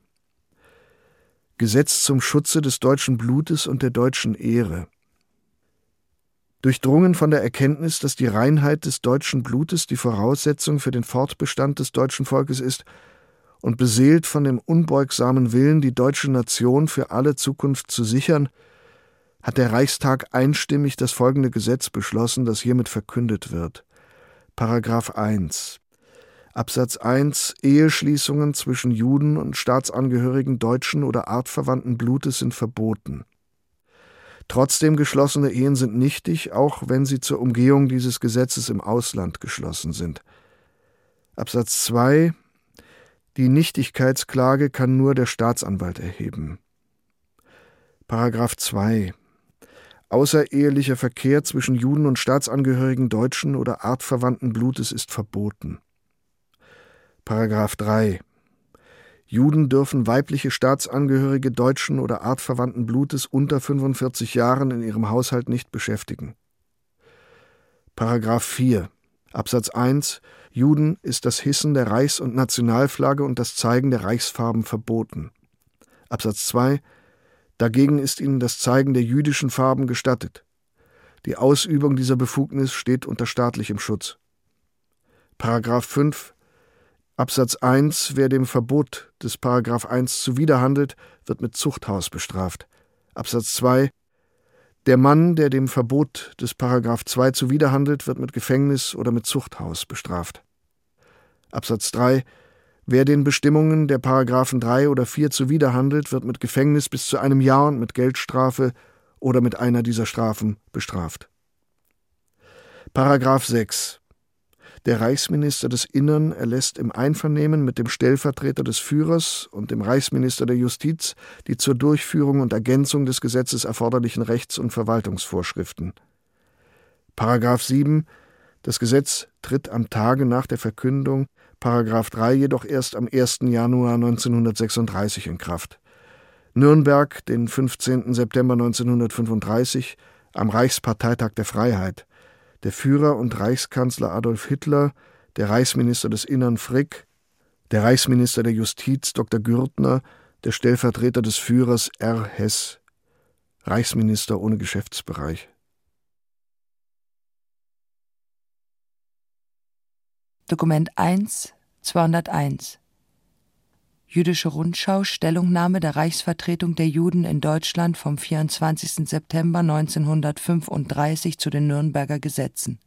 Gesetz zum Schutze des deutschen Blutes und der deutschen Ehre. Durchdrungen von der Erkenntnis, dass die Reinheit des deutschen Blutes die Voraussetzung für den Fortbestand des deutschen Volkes ist, und beseelt von dem unbeugsamen Willen, die deutsche Nation für alle Zukunft zu sichern, hat der Reichstag einstimmig das folgende Gesetz beschlossen, das hiermit verkündet wird. Paragraph 1. Absatz 1. Eheschließungen zwischen Juden und Staatsangehörigen deutschen oder artverwandten Blutes sind verboten. Trotzdem geschlossene Ehen sind nichtig, auch wenn sie zur Umgehung dieses Gesetzes im Ausland geschlossen sind. Absatz 2. Die Nichtigkeitsklage kann nur der Staatsanwalt erheben. Paragraph 2. Außerehelicher Verkehr zwischen Juden und Staatsangehörigen deutschen oder artverwandten Blutes ist verboten. Paragraph 3. Juden dürfen weibliche Staatsangehörige deutschen oder artverwandten Blutes unter 45 Jahren in ihrem Haushalt nicht beschäftigen. Paragraph 4. Absatz 1. Juden ist das Hissen der Reichs- und Nationalflagge und das Zeigen der Reichsfarben verboten. Absatz 2. Dagegen ist ihnen das Zeigen der jüdischen Farben gestattet. Die Ausübung dieser Befugnis steht unter staatlichem Schutz. Paragraph 5. Absatz 1. Wer dem Verbot des Paragraph 1 zuwiderhandelt, wird mit Zuchthaus bestraft. Absatz 2. Der Mann, der dem Verbot des Paragraph 2 zuwiderhandelt, wird mit Gefängnis oder mit Zuchthaus bestraft. Absatz 3. Wer den Bestimmungen der Paragraphen 3 oder 4 zuwiderhandelt, wird mit Gefängnis bis zu 1 Jahr und mit Geldstrafe oder mit einer dieser Strafen bestraft. Paragraph 6. Der Reichsminister des Innern erlässt im Einvernehmen mit dem Stellvertreter des Führers und dem Reichsminister der Justiz die zur Durchführung und Ergänzung des Gesetzes erforderlichen Rechts- und Verwaltungsvorschriften. Paragraph 7. Das Gesetz tritt am Tage nach der Verkündung, Paragraph 3 jedoch erst am 1. Januar 1936 in Kraft. Nürnberg, den 15. September 1935, am Reichsparteitag der Freiheit. Der Führer und Reichskanzler Adolf Hitler, der Reichsminister des Innern Frick, der Reichsminister der Justiz Dr. Gürtner, der Stellvertreter des Führers R. Hess, Reichsminister ohne Geschäftsbereich. Dokument 1, 201. Jüdische Rundschau, Stellungnahme der Reichsvertretung der Juden in Deutschland vom 24. September 1935 zu den Nürnberger Gesetzen.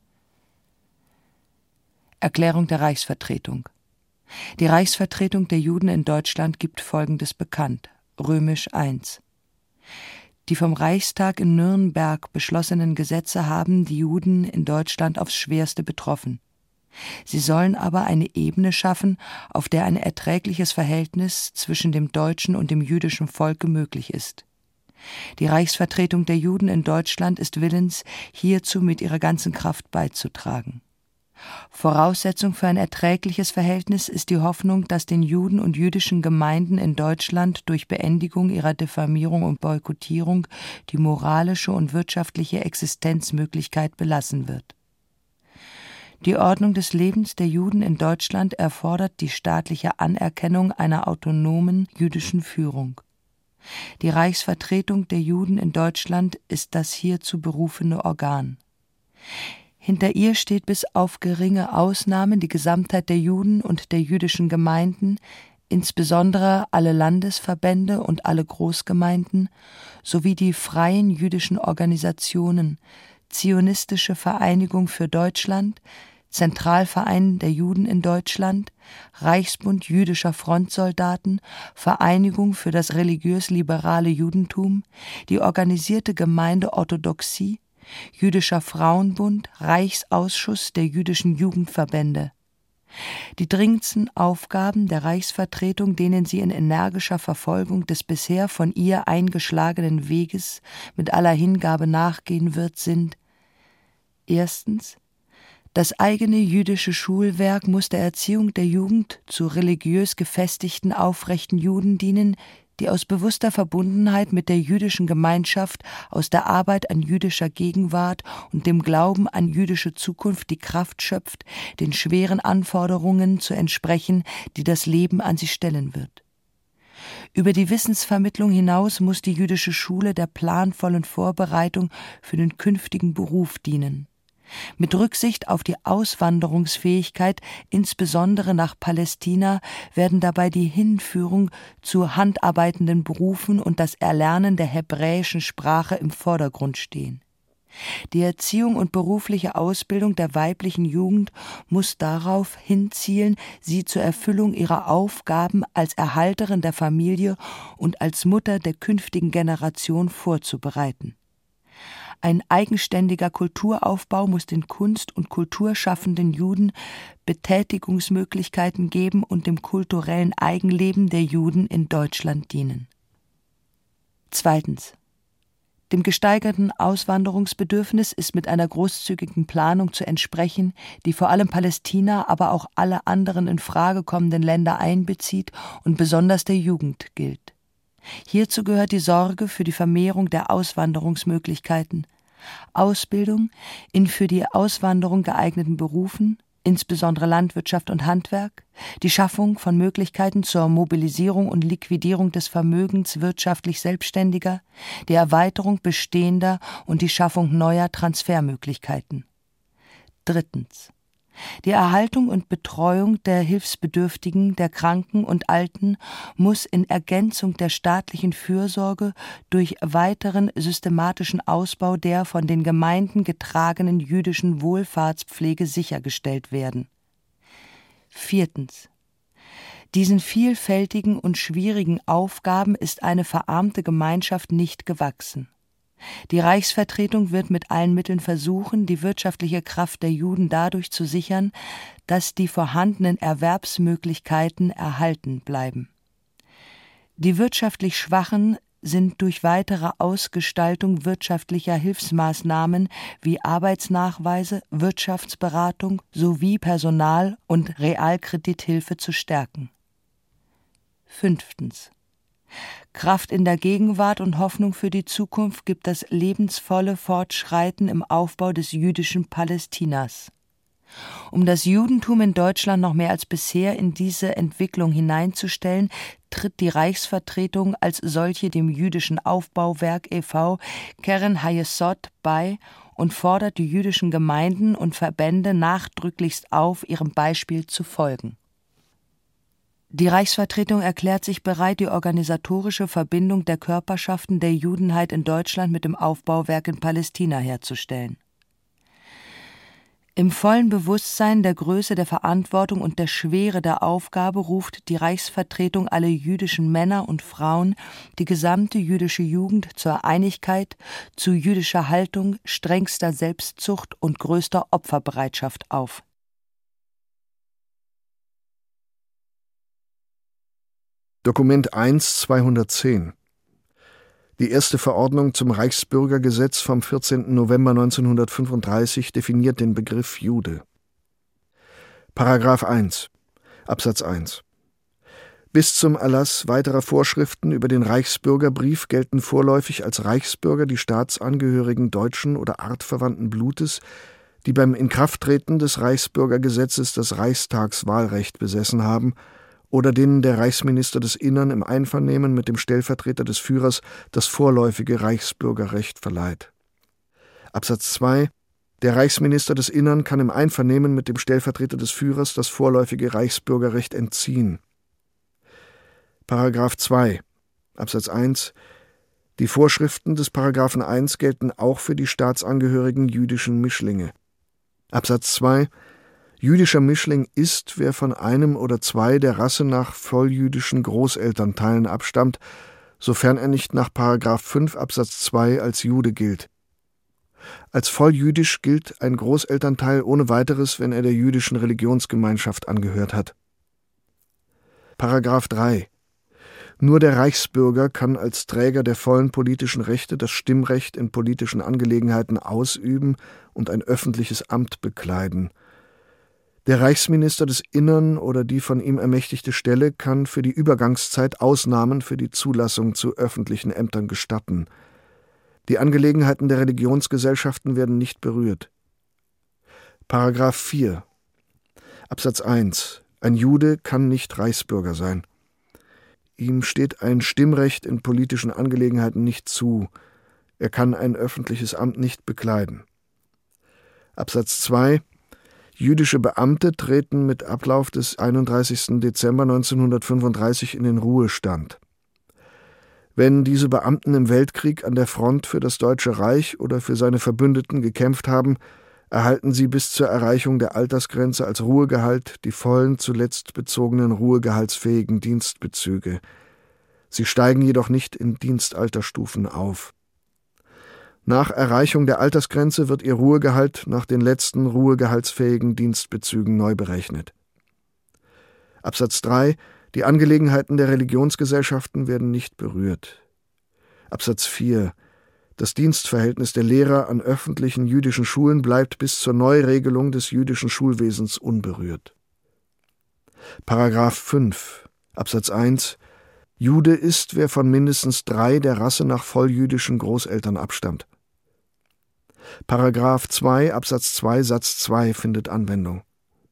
Erklärung der Reichsvertretung. Die Reichsvertretung der Juden in Deutschland gibt Folgendes bekannt: Römisch I. Die vom Reichstag in Nürnberg beschlossenen Gesetze haben die Juden in Deutschland aufs Schwerste betroffen. Sie sollen aber eine Ebene schaffen, auf der ein erträgliches Verhältnis zwischen dem deutschen und dem jüdischen Volke möglich ist. Die Reichsvertretung der Juden in Deutschland ist willens, hierzu mit ihrer ganzen Kraft beizutragen. Voraussetzung für ein erträgliches Verhältnis ist die Hoffnung, dass den Juden und jüdischen Gemeinden in Deutschland durch Beendigung ihrer Diffamierung und Boykottierung die moralische und wirtschaftliche Existenzmöglichkeit belassen wird. Die Ordnung des Lebens der Juden in Deutschland erfordert die staatliche Anerkennung einer autonomen jüdischen Führung. Die Reichsvertretung der Juden in Deutschland ist das hierzu berufene Organ. Hinter ihr steht bis auf geringe Ausnahmen die Gesamtheit der Juden und der jüdischen Gemeinden, insbesondere alle Landesverbände und alle Großgemeinden, sowie die freien jüdischen Organisationen, Zionistische Vereinigung für Deutschland, Zentralverein der Juden in Deutschland, Reichsbund jüdischer Frontsoldaten, Vereinigung für das religiös-liberale Judentum, die organisierte Gemeinde Orthodoxie, Jüdischer Frauenbund, Reichsausschuss der jüdischen Jugendverbände. Die dringendsten Aufgaben der Reichsvertretung, denen sie in energischer Verfolgung des bisher von ihr eingeschlagenen Weges mit aller Hingabe nachgehen wird, sind: Erstens, das eigene jüdische Schulwerk muss der Erziehung der Jugend zu religiös gefestigten, aufrechten Juden dienen, die aus bewusster Verbundenheit mit der jüdischen Gemeinschaft, aus der Arbeit an jüdischer Gegenwart und dem Glauben an jüdische Zukunft die Kraft schöpft, den schweren Anforderungen zu entsprechen, die das Leben an sie stellen wird. Über die Wissensvermittlung hinaus muss die jüdische Schule der planvollen Vorbereitung für den künftigen Beruf dienen. Mit Rücksicht auf die Auswanderungsfähigkeit, insbesondere nach Palästina, werden dabei die Hinführung zu handarbeitenden Berufen und das Erlernen der hebräischen Sprache im Vordergrund stehen. Die Erziehung und berufliche Ausbildung der weiblichen Jugend muss darauf hinzielen, sie zur Erfüllung ihrer Aufgaben als Erhalterin der Familie und als Mutter der künftigen Generation vorzubereiten. Ein eigenständiger Kulturaufbau muss den Kunst- und kulturschaffenden Juden Betätigungsmöglichkeiten geben und dem kulturellen Eigenleben der Juden in Deutschland dienen. Zweitens. Dem gesteigerten Auswanderungsbedürfnis ist mit einer großzügigen Planung zu entsprechen, die vor allem Palästina, aber auch alle anderen in Frage kommenden Länder einbezieht und besonders der Jugend gilt. Hierzu gehört die Sorge für die Vermehrung der Auswanderungsmöglichkeiten, Ausbildung in für die Auswanderung geeigneten Berufen, insbesondere Landwirtschaft und Handwerk, die Schaffung von Möglichkeiten zur Mobilisierung und Liquidierung des Vermögens wirtschaftlich Selbstständiger, die Erweiterung bestehender und die Schaffung neuer Transfermöglichkeiten. Drittens. Die Erhaltung und Betreuung der Hilfsbedürftigen, der Kranken und Alten muss in Ergänzung der staatlichen Fürsorge durch weiteren systematischen Ausbau der von den Gemeinden getragenen jüdischen Wohlfahrtspflege sichergestellt werden. Viertens. Diesen vielfältigen und schwierigen Aufgaben ist eine verarmte Gemeinschaft nicht gewachsen. Die Reichsvertretung wird mit allen Mitteln versuchen, die wirtschaftliche Kraft der Juden dadurch zu sichern, dass die vorhandenen Erwerbsmöglichkeiten erhalten bleiben. Die wirtschaftlich Schwachen sind durch weitere Ausgestaltung wirtschaftlicher Hilfsmaßnahmen wie Arbeitsnachweise, Wirtschaftsberatung sowie Personal- und Realkredithilfe zu stärken. Fünftens. Kraft in der Gegenwart und Hoffnung für die Zukunft gibt das lebensvolle Fortschreiten im Aufbau des jüdischen Palästinas. Um das Judentum in Deutschland noch mehr als bisher in diese Entwicklung hineinzustellen, tritt die Reichsvertretung als solche dem jüdischen Aufbauwerk e.V. Keren Hayesod bei und fordert die jüdischen Gemeinden und Verbände nachdrücklichst auf, ihrem Beispiel zu folgen. Die Reichsvertretung erklärt sich bereit, die organisatorische Verbindung der Körperschaften der Judenheit in Deutschland mit dem Aufbauwerk in Palästina herzustellen. Im vollen Bewusstsein der Größe der Verantwortung und der Schwere der Aufgabe ruft die Reichsvertretung alle jüdischen Männer und Frauen, die gesamte jüdische Jugend zur Einigkeit, zu jüdischer Haltung, strengster Selbstzucht und größter Opferbereitschaft auf. Dokument 1-210. Die erste Verordnung zum Reichsbürgergesetz vom 14. November 1935 definiert den Begriff Jude. Paragraph 1, Absatz 1. Bis zum Erlass weiterer Vorschriften über den Reichsbürgerbrief gelten vorläufig als Reichsbürger die Staatsangehörigen deutschen oder artverwandten Blutes, die beim Inkrafttreten des Reichsbürgergesetzes das Reichstagswahlrecht besessen haben oder denen der Reichsminister des Innern im Einvernehmen mit dem Stellvertreter des Führers das vorläufige Reichsbürgerrecht verleiht. Absatz 2. Der Reichsminister des Innern kann im Einvernehmen mit dem Stellvertreter des Führers das vorläufige Reichsbürgerrecht entziehen. Paragraph 2. Absatz 1. Die Vorschriften des Paragraphen 1 gelten auch für die staatsangehörigen jüdischen Mischlinge. Absatz 2. Jüdischer Mischling ist, wer von einem oder zwei der Rasse nach volljüdischen Großelternteilen abstammt, sofern er nicht nach § 5 Absatz 2 als Jude gilt. Als volljüdisch gilt ein Großelternteil ohne weiteres, wenn er der jüdischen Religionsgemeinschaft angehört hat. Paragraph 3. Nur der Reichsbürger kann als Träger der vollen politischen Rechte das Stimmrecht in politischen Angelegenheiten ausüben und ein öffentliches Amt bekleiden. Der Reichsminister des Innern oder die von ihm ermächtigte Stelle kann für die Übergangszeit Ausnahmen für die Zulassung zu öffentlichen Ämtern gestatten. Die Angelegenheiten der Religionsgesellschaften werden nicht berührt. Paragraph 4. Absatz 1. Ein Jude kann nicht Reichsbürger sein. Ihm steht ein Stimmrecht in politischen Angelegenheiten nicht zu. Er kann ein öffentliches Amt nicht bekleiden. Absatz 2. Jüdische Beamte treten mit Ablauf des 31. Dezember 1935 in den Ruhestand. Wenn diese Beamten im Weltkrieg an der Front für das Deutsche Reich oder für seine Verbündeten gekämpft haben, erhalten sie bis zur Erreichung der Altersgrenze als Ruhegehalt die vollen zuletzt bezogenen ruhegehaltsfähigen Dienstbezüge. Sie steigen jedoch nicht in Dienstalterstufen auf. Nach Erreichung der Altersgrenze wird ihr Ruhegehalt nach den letzten ruhegehaltsfähigen Dienstbezügen neu berechnet. Absatz 3. Die Angelegenheiten der Religionsgesellschaften werden nicht berührt. Absatz 4. Das Dienstverhältnis der Lehrer an öffentlichen jüdischen Schulen bleibt bis zur Neuregelung des jüdischen Schulwesens unberührt. Paragraph 5. Absatz 1. Jude ist, wer von mindestens 3 der Rasse nach volljüdischen Großeltern abstammt. Paragraph 2 Absatz 2 Satz 2 findet Anwendung.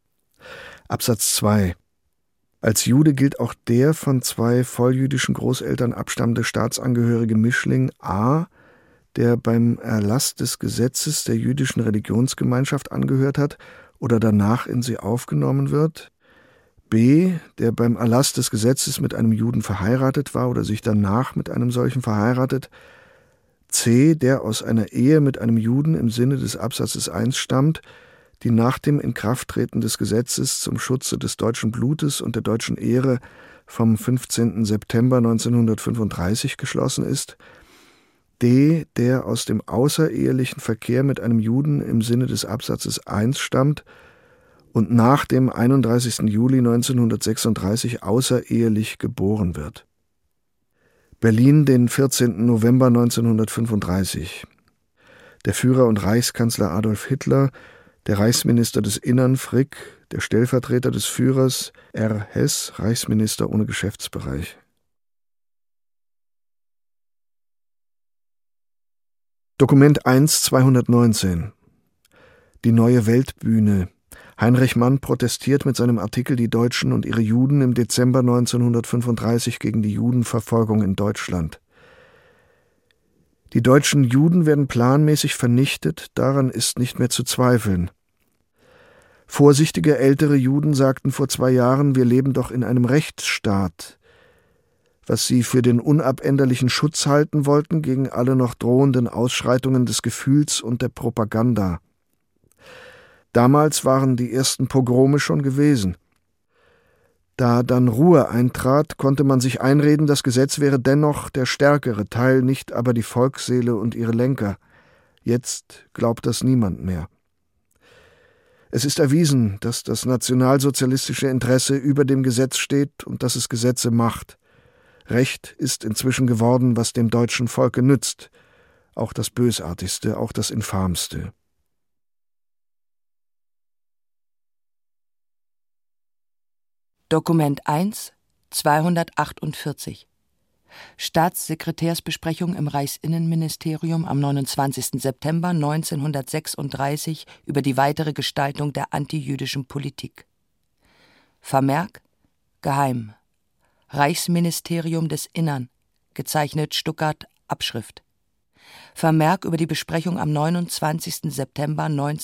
Absatz 2. Als Jude gilt auch der von 2 volljüdischen Großeltern abstammende staatsangehörige Mischling a., der beim Erlass des Gesetzes der jüdischen Religionsgemeinschaft angehört hat oder danach in sie aufgenommen wird, b., der beim Erlass des Gesetzes mit einem Juden verheiratet war oder sich danach mit einem solchen verheiratet, c., der aus einer Ehe mit einem Juden im Sinne des Absatzes 1 stammt, die nach dem Inkrafttreten des Gesetzes zum Schutze des deutschen Blutes und der deutschen Ehre vom 15. September 1935 geschlossen ist, d., der aus dem außerehelichen Verkehr mit einem Juden im Sinne des Absatzes 1 stammt und nach dem 31. Juli 1936 außerehelich geboren wird. Berlin, den 14. November 1935. Der Führer und Reichskanzler Adolf Hitler, der Reichsminister des Innern Frick, der Stellvertreter des Führers R. Hess, Reichsminister ohne Geschäftsbereich. Dokument 1-219. Die neue Weltbühne. Heinrich Mann protestiert mit seinem Artikel »Die Deutschen und ihre Juden« im Dezember 1935 gegen die Judenverfolgung in Deutschland. Die deutschen Juden werden planmäßig vernichtet, daran ist nicht mehr zu zweifeln. Vorsichtige ältere Juden sagten vor 2 Jahren, wir leben doch in einem Rechtsstaat. Was sie für den unabänderlichen Schutz halten wollten gegen alle noch drohenden Ausschreitungen des Gefühls und der Propaganda. Damals waren die ersten Pogrome schon gewesen. Da dann Ruhe eintrat, konnte man sich einreden, das Gesetz wäre dennoch der stärkere Teil, nicht aber die Volksseele und ihre Lenker. Jetzt glaubt das niemand mehr. Es ist erwiesen, dass das nationalsozialistische Interesse über dem Gesetz steht und dass es Gesetze macht. Recht ist inzwischen geworden, was dem deutschen Volke nützt, auch das Bösartigste, auch das Infamste. Dokument 1, 248. Staatssekretärsbesprechung im Reichsinnenministerium am 29. September 1936 über die weitere Gestaltung der antijüdischen Politik. Vermerk: Geheim. Reichsministerium des Innern, gezeichnet Stuttgart, Abschrift. Vermerk über die Besprechung am 29. September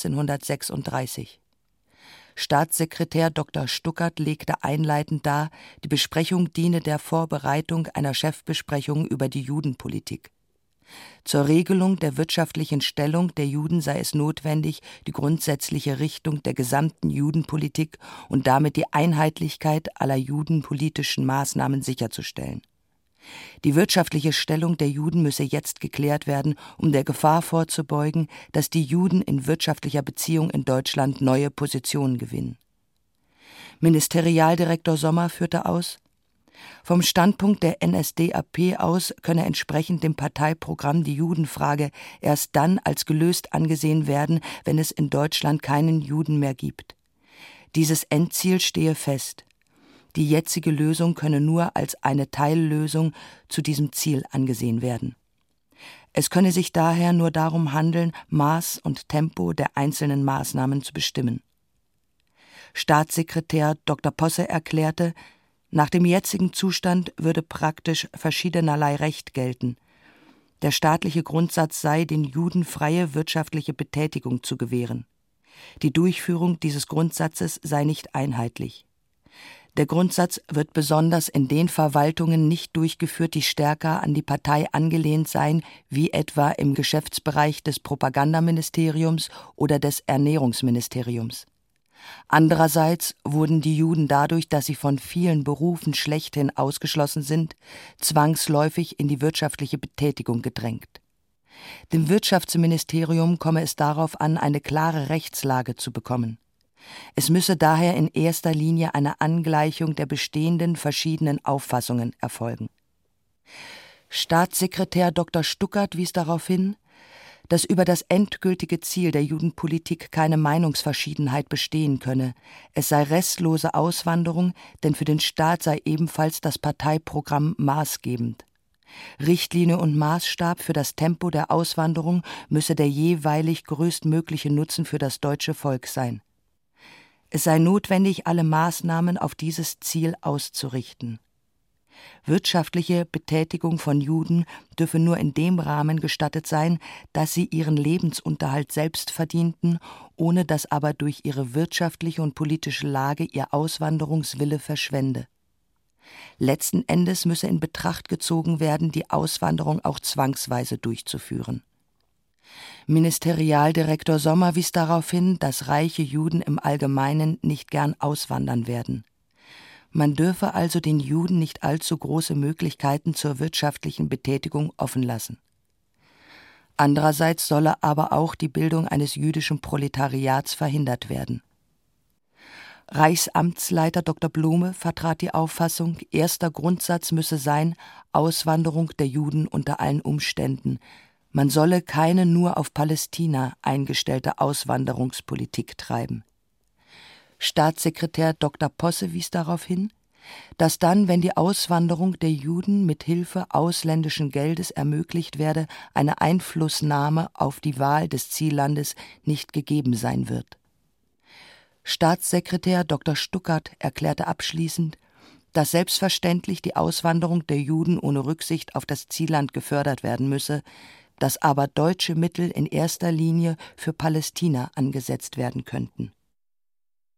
1936. Staatssekretär Dr. Stuckert legte einleitend dar, die Besprechung diene der Vorbereitung einer Chefbesprechung über die Judenpolitik. Zur Regelung der wirtschaftlichen Stellung der Juden sei es notwendig, die grundsätzliche Richtung der gesamten Judenpolitik und damit die Einheitlichkeit aller judenpolitischen Maßnahmen sicherzustellen. Die wirtschaftliche Stellung der Juden müsse jetzt geklärt werden, um der Gefahr vorzubeugen, dass die Juden in wirtschaftlicher Beziehung in Deutschland neue Positionen gewinnen. Ministerialdirektor Sommer führte aus: Vom Standpunkt der NSDAP aus könne entsprechend dem Parteiprogramm die Judenfrage erst dann als gelöst angesehen werden, wenn es in Deutschland keinen Juden mehr gibt. Dieses Endziel stehe fest. Die jetzige Lösung könne nur als eine Teillösung zu diesem Ziel angesehen werden. Es könne sich daher nur darum handeln, Maß und Tempo der einzelnen Maßnahmen zu bestimmen. Staatssekretär Dr. Posse erklärte, nach dem jetzigen Zustand würde praktisch verschiedenerlei Recht gelten. Der staatliche Grundsatz sei, den Juden freie wirtschaftliche Betätigung zu gewähren. Die Durchführung dieses Grundsatzes sei nicht einheitlich. Der Grundsatz wird besonders in den Verwaltungen nicht durchgeführt, die stärker an die Partei angelehnt seien, wie etwa im Geschäftsbereich des Propagandaministeriums oder des Ernährungsministeriums. Andererseits wurden die Juden dadurch, dass sie von vielen Berufen schlechthin ausgeschlossen sind, zwangsläufig in die wirtschaftliche Betätigung gedrängt. Dem Wirtschaftsministerium komme es darauf an, eine klare Rechtslage zu bekommen. Es müsse daher in erster Linie eine Angleichung der bestehenden verschiedenen Auffassungen erfolgen. Staatssekretär Dr. Stuckert wies darauf hin, dass über das endgültige Ziel der Judenpolitik keine Meinungsverschiedenheit bestehen könne. Es sei restlose Auswanderung, denn für den Staat sei ebenfalls das Parteiprogramm maßgebend. Richtlinie und Maßstab für das Tempo der Auswanderung müsse der jeweilig größtmögliche Nutzen für das deutsche Volk sein. Es sei notwendig, alle Maßnahmen auf dieses Ziel auszurichten. Wirtschaftliche Betätigung von Juden dürfe nur in dem Rahmen gestattet sein, dass sie ihren Lebensunterhalt selbst verdienten, ohne dass aber durch ihre wirtschaftliche und politische Lage ihr Auswanderungswille verschwende. Letzten Endes müsse in Betracht gezogen werden, die Auswanderung auch zwangsweise durchzuführen. Ministerialdirektor Sommer wies darauf hin, dass reiche Juden im Allgemeinen nicht gern auswandern werden. Man dürfe also den Juden nicht allzu große Möglichkeiten zur wirtschaftlichen Betätigung offen lassen. Andererseits solle aber auch die Bildung eines jüdischen Proletariats verhindert werden. Reichsamtsleiter Dr. Blume vertrat die Auffassung, erster Grundsatz müsse sein, Auswanderung der Juden unter allen Umständen. Man solle keine nur auf Palästina eingestellte Auswanderungspolitik treiben. Staatssekretär Dr. Posse wies darauf hin, dass dann, wenn die Auswanderung der Juden mit Hilfe ausländischen Geldes ermöglicht werde, eine Einflussnahme auf die Wahl des Ziellandes nicht gegeben sein wird. Staatssekretär Dr. Stuckert erklärte abschließend, dass selbstverständlich die Auswanderung der Juden ohne Rücksicht auf das Zielland gefördert werden müsse, dass aber deutsche Mittel in erster Linie für Palästina angesetzt werden könnten.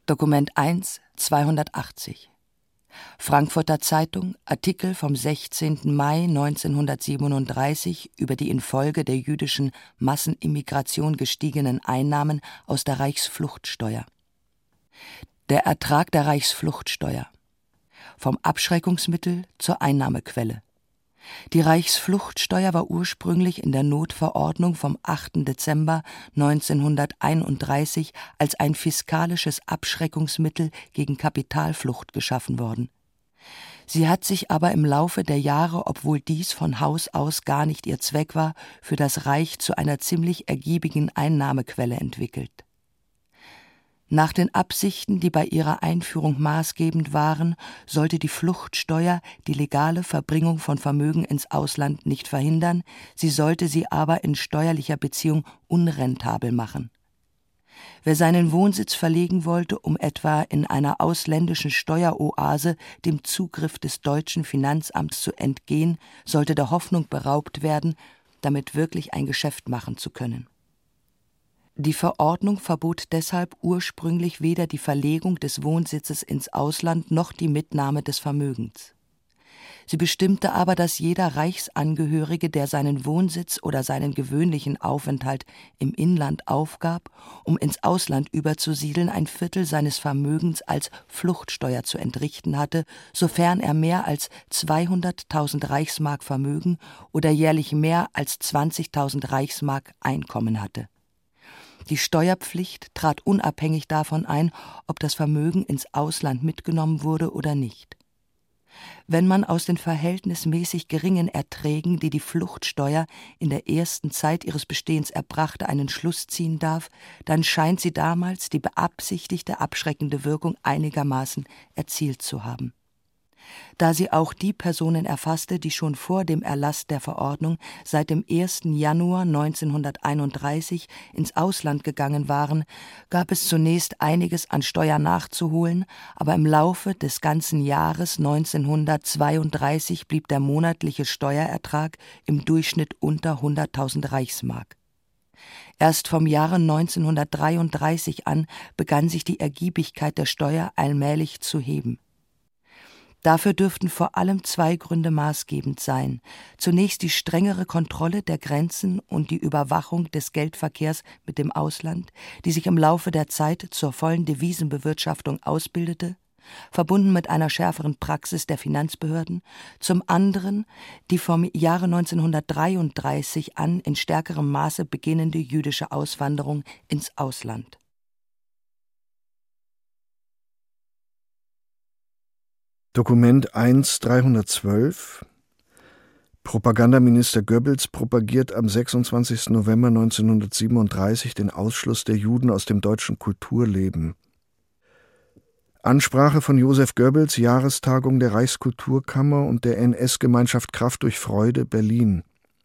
Dokument 1, 280. Frankfurter Zeitung, Artikel vom 16. Mai 1937 über die infolge der jüdischen Massenimmigration gestiegenen Einnahmen aus der Reichsfluchtsteuer. Der Ertrag der Reichsfluchtsteuer. Vom Abschreckungsmittel zur Einnahmequelle. Die Reichsfluchtsteuer war ursprünglich in der Notverordnung vom 8. Dezember 1931 als ein fiskalisches Abschreckungsmittel gegen Kapitalflucht geschaffen worden. Sie hat sich aber im Laufe der Jahre, obwohl dies von Haus aus gar nicht ihr Zweck war, für das Reich zu einer ziemlich ergiebigen Einnahmequelle entwickelt. Nach den Absichten, die bei ihrer Einführung maßgebend waren, sollte die Fluchtsteuer die legale Verbringung von Vermögen ins Ausland nicht verhindern, sie sollte sie aber in steuerlicher Beziehung unrentabel machen. Wer seinen Wohnsitz verlegen wollte, um etwa in einer ausländischen Steueroase dem Zugriff des deutschen Finanzamts zu entgehen, sollte der Hoffnung beraubt werden, damit wirklich ein Geschäft machen zu können. Die Verordnung verbot deshalb ursprünglich weder die Verlegung des Wohnsitzes ins Ausland noch die Mitnahme des Vermögens. Sie bestimmte aber, dass jeder Reichsangehörige, der seinen Wohnsitz oder seinen gewöhnlichen Aufenthalt im Inland aufgab, um ins Ausland überzusiedeln, 1/4 seines Vermögens als Fluchtsteuer zu entrichten hatte, sofern er mehr als 200.000 Reichsmark Vermögen oder jährlich mehr als 20.000 Reichsmark Einkommen hatte. Die Steuerpflicht trat unabhängig davon ein, ob das Vermögen ins Ausland mitgenommen wurde oder nicht. Wenn man aus den verhältnismäßig geringen Erträgen, die die Fluchtsteuer in der ersten Zeit ihres Bestehens erbrachte, einen Schluss ziehen darf, dann scheint sie damals die beabsichtigte abschreckende Wirkung einigermaßen erzielt zu haben. Da sie auch die Personen erfasste, die schon vor dem Erlass der Verordnung seit dem 1. Januar 1931 ins Ausland gegangen waren, gab es zunächst einiges an Steuer nachzuholen, aber im Laufe des ganzen Jahres 1932 blieb der monatliche Steuerertrag im Durchschnitt unter 100.000 Reichsmark. Erst vom Jahre 1933 an begann sich die Ergiebigkeit der Steuer allmählich zu heben. Dafür dürften vor allem 2 Gründe maßgebend sein. Zunächst die strengere Kontrolle der Grenzen und die Überwachung des Geldverkehrs mit dem Ausland, die sich im Laufe der Zeit zur vollen Devisenbewirtschaftung ausbildete, verbunden mit einer schärferen Praxis der Finanzbehörden, zum anderen die vom Jahre 1933 an in stärkerem Maße beginnende jüdische Auswanderung ins Ausland. Dokument 1, 312. Propagandaminister Goebbels propagiert am 26. November 1937 den Ausschluss der Juden aus dem deutschen Kulturleben. Ansprache von Josef Goebbels, Jahrestagung der Reichskulturkammer und der NS-Gemeinschaft Kraft durch Freude, Berlin.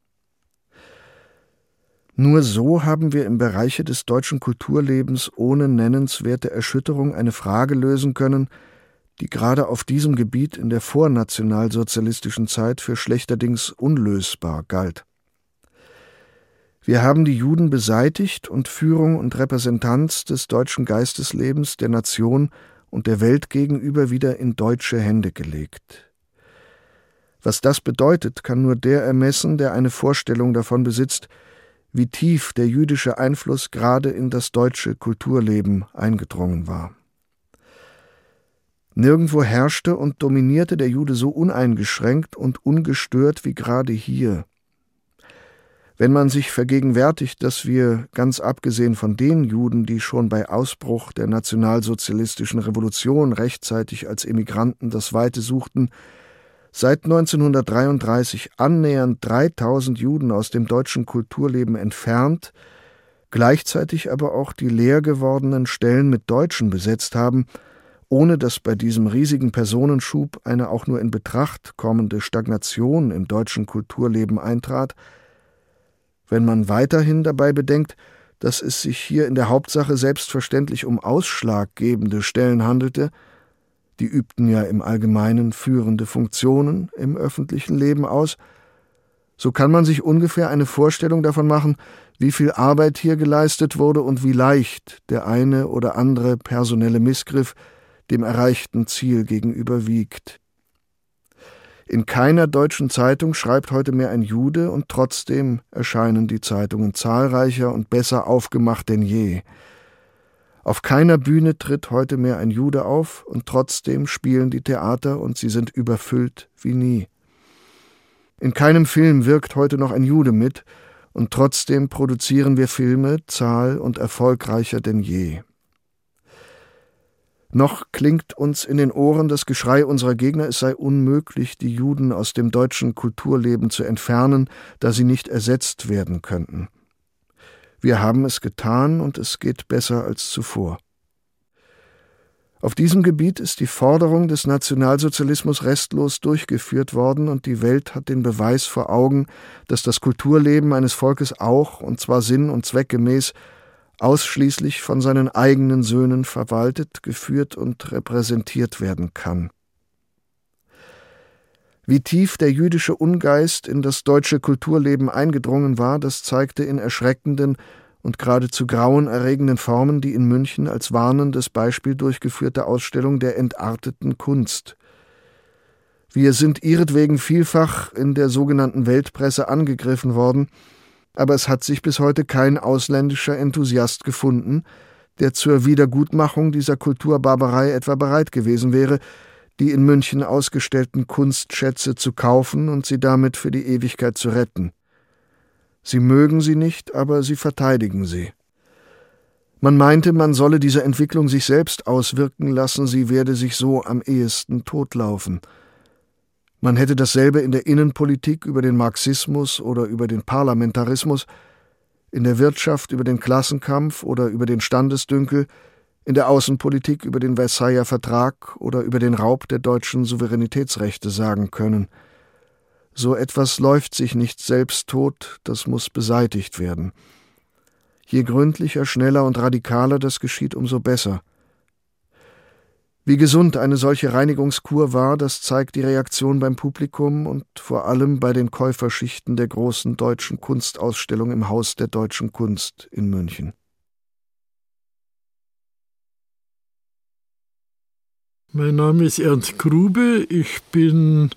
Nur so haben wir im Bereiche des deutschen Kulturlebens ohne nennenswerte Erschütterung eine Frage lösen können, die gerade auf diesem Gebiet in der vornationalsozialistischen Zeit für schlechterdings unlösbar galt. Wir haben die Juden beseitigt und Führung und Repräsentanz des deutschen Geisteslebens der Nation und der Welt gegenüber wieder in deutsche Hände gelegt. Was das bedeutet, kann nur der ermessen, der eine Vorstellung davon besitzt, wie tief der jüdische Einfluss gerade in das deutsche Kulturleben eingedrungen war. Nirgendwo herrschte und dominierte der Jude so uneingeschränkt und ungestört wie gerade hier. Wenn man sich vergegenwärtigt, dass wir, ganz abgesehen von den Juden, die schon bei Ausbruch der nationalsozialistischen Revolution rechtzeitig als Emigranten das Weite suchten, seit 1933 annähernd 3.000 Juden aus dem deutschen Kulturleben entfernt, gleichzeitig aber auch die leer gewordenen Stellen mit Deutschen besetzt haben, ohne dass bei diesem riesigen Personenschub eine auch nur in Betracht kommende Stagnation im deutschen Kulturleben eintrat, wenn man weiterhin dabei bedenkt, dass es sich hier in der Hauptsache selbstverständlich um ausschlaggebende Stellen handelte, die übten ja im Allgemeinen führende Funktionen im öffentlichen Leben aus, So kann man sich ungefähr eine Vorstellung davon machen, wie viel Arbeit hier geleistet wurde und wie leicht der eine oder andere personelle Missgriff dem erreichten Ziel gegenüber wiegt. In keiner deutschen Zeitung schreibt heute mehr ein Jude, und trotzdem erscheinen die Zeitungen zahlreicher und besser aufgemacht denn je. Auf keiner Bühne tritt heute mehr ein Jude auf, und trotzdem spielen die Theater und sie sind überfüllt wie nie. In keinem Film wirkt heute noch ein Jude mit, und trotzdem produzieren wir Filme zahl- und erfolgreicher denn je. Noch klingt uns in den Ohren das Geschrei unserer Gegner, es sei unmöglich, die Juden aus dem deutschen Kulturleben zu entfernen, da sie nicht ersetzt werden könnten. Wir haben es getan, und es geht besser als zuvor. Auf diesem Gebiet ist die Forderung des Nationalsozialismus restlos durchgeführt worden, und die Welt hat den Beweis vor Augen, dass das Kulturleben eines Volkes auch, und zwar sinn- und zweckgemäß, ausschließlich von seinen eigenen Söhnen verwaltet, geführt und repräsentiert werden kann. Wie tief der jüdische Ungeist in das deutsche Kulturleben eingedrungen war, das zeigte in erschreckenden und geradezu grauenerregenden Formen die in München als warnendes Beispiel durchgeführte Ausstellung der entarteten Kunst. Wir sind ihretwegen vielfach in der sogenannten Weltpresse angegriffen worden, aber es hat sich bis heute kein ausländischer Enthusiast gefunden, der zur Wiedergutmachung dieser Kulturbarbarei etwa bereit gewesen wäre, die in München ausgestellten Kunstschätze zu kaufen und sie damit für die Ewigkeit zu retten. Sie mögen sie nicht, aber sie verteidigen sie. Man meinte, man solle diese Entwicklung sich selbst auswirken lassen, sie werde sich so am ehesten totlaufen. Man hätte dasselbe in der Innenpolitik über den Marxismus oder über den Parlamentarismus, in der Wirtschaft über den Klassenkampf oder über den Standesdünkel, in der Außenpolitik über den Versailler Vertrag oder über den Raub der deutschen Souveränitätsrechte sagen können. So etwas läuft sich nicht selbst tot, das muss beseitigt werden. Je gründlicher, schneller und radikaler das geschieht, umso besser. Wie gesund eine solche Reinigungskur war, das zeigt die Reaktion beim Publikum und vor allem bei den Käuferschichten der großen deutschen Kunstausstellung im Haus der Deutschen Kunst in München. Mein Name ist Ernst Grube. Ich bin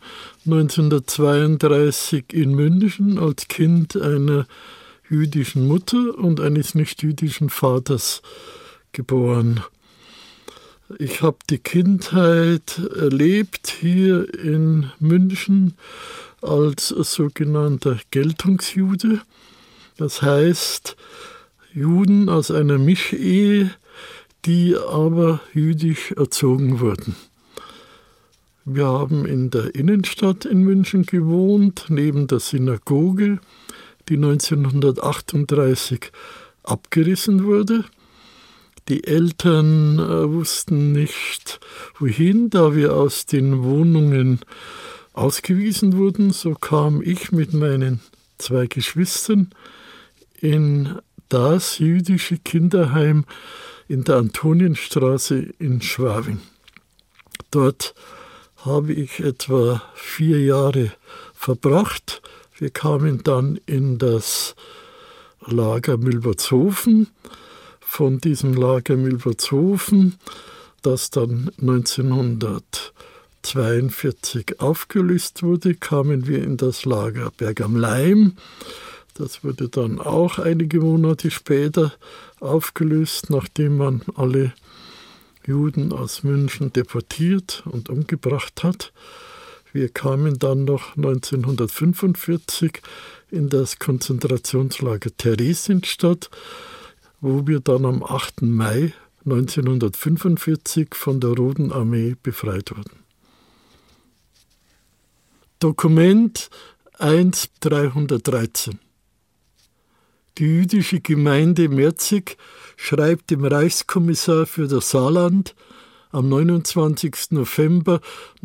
1932 in München als Kind einer jüdischen Mutter und eines nicht-jüdischen Vaters geboren. Ich habe die Kindheit erlebt hier in München als sogenannter Geltungsjude. Das heißt, Juden aus einer Mischehe, die aber jüdisch erzogen wurden. Wir haben in der Innenstadt in München gewohnt, neben der Synagoge, die 1938 abgerissen wurde. Die Eltern wussten nicht, wohin, da wir aus den Wohnungen ausgewiesen wurden. So kam ich mit meinen 2 Geschwistern in das jüdische Kinderheim in der Antonienstraße in Schwabing. Dort habe ich etwa 4 Jahre verbracht. Wir kamen dann in das Lager Milbertshofen. Von diesem Lager Milbertshofen, das dann 1942 aufgelöst wurde, kamen wir in das Lager Berg am Laim. Das wurde dann auch einige Monate später aufgelöst, nachdem man alle Juden aus München deportiert und umgebracht hat. Wir kamen dann noch 1945 in das Konzentrationslager Theresienstadt, wo wir dann am 8. Mai 1945 von der Roten Armee befreit wurden. Dokument 1-313. Die jüdische Gemeinde Merzig schreibt dem Reichskommissar für das Saarland am 29. November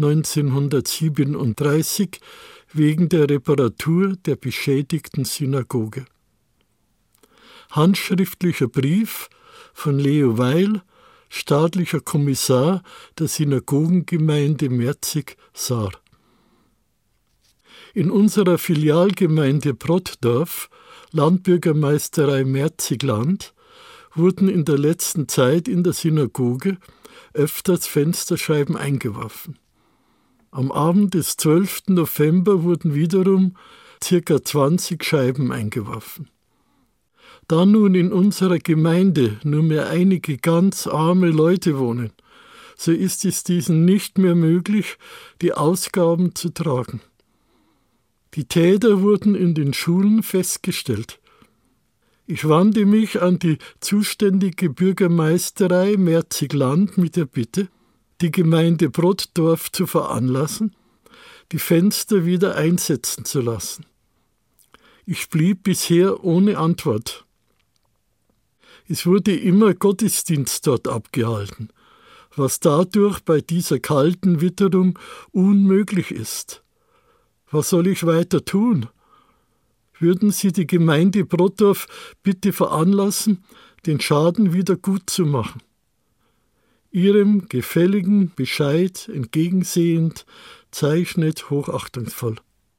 1937 wegen der Reparatur der beschädigten Synagoge. Handschriftlicher Brief von Leo Weil, staatlicher Kommissar der Synagogengemeinde Merzig-Saar. In unserer Filialgemeinde Brottdorf, Landbürgermeisterei Merzigland, wurden in der letzten Zeit in der Synagoge öfters Fensterscheiben eingeworfen. Am Abend des 12. November wurden wiederum ca. 20 Scheiben eingeworfen. Da nun in unserer Gemeinde nur mehr einige ganz arme Leute wohnen, so ist es diesen nicht mehr möglich, die Ausgaben zu tragen. Die Täter wurden in den Schulen festgestellt. Ich wandte mich an die zuständige Bürgermeisterei Merzigland mit der Bitte, die Gemeinde Brottdorf zu veranlassen, die Fenster wieder einsetzen zu lassen. Ich blieb bisher ohne Antwort. Es wurde immer Gottesdienst dort abgehalten, was dadurch bei dieser kalten Witterung unmöglich ist. Was soll ich weiter tun? Würden Sie die Gemeinde Brottdorf bitte veranlassen, den Schaden wieder gut zu machen? Ihrem gefälligen Bescheid entgegensehend zeichnet hochachtungsvoll.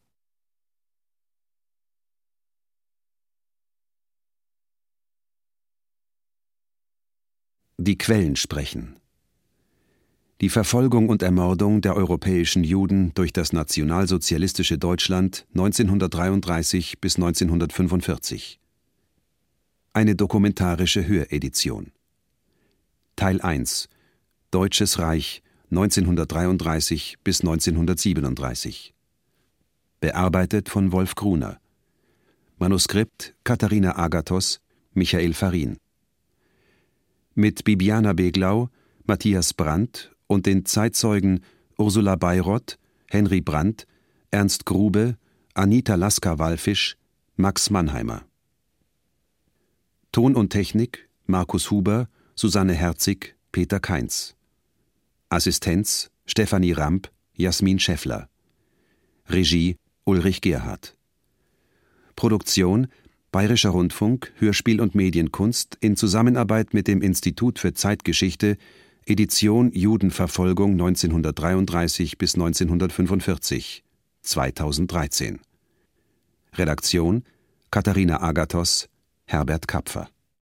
Die Quellen sprechen. Die Verfolgung und Ermordung der europäischen Juden durch das nationalsozialistische Deutschland 1933 bis 1945. Eine dokumentarische Höredition. Teil 1. Deutsches Reich 1933 bis 1937. Bearbeitet von Wolf Gruner. Manuskript Katharina Agathos, Michael Farin. Mit Bibiana Beglau, Matthias Brandt und den Zeitzeugen Ursula Bayroth, Henry Brandt, Ernst Grube, Anita Lasker-Wallfisch, Max Mannheimer. Ton und Technik Markus Huber, Susanne Herzig, Peter Kainz. Assistenz Stefanie Ramp, Jasmin Schäffler. Regie Ulrich Gerhardt. Produktion Bayerischer Rundfunk, Hörspiel- und Medienkunst in Zusammenarbeit mit dem Institut für Zeitgeschichte, Edition Judenverfolgung 1933 bis 1945, 2013. Redaktion Katharina Agathos, Herbert Kapfer.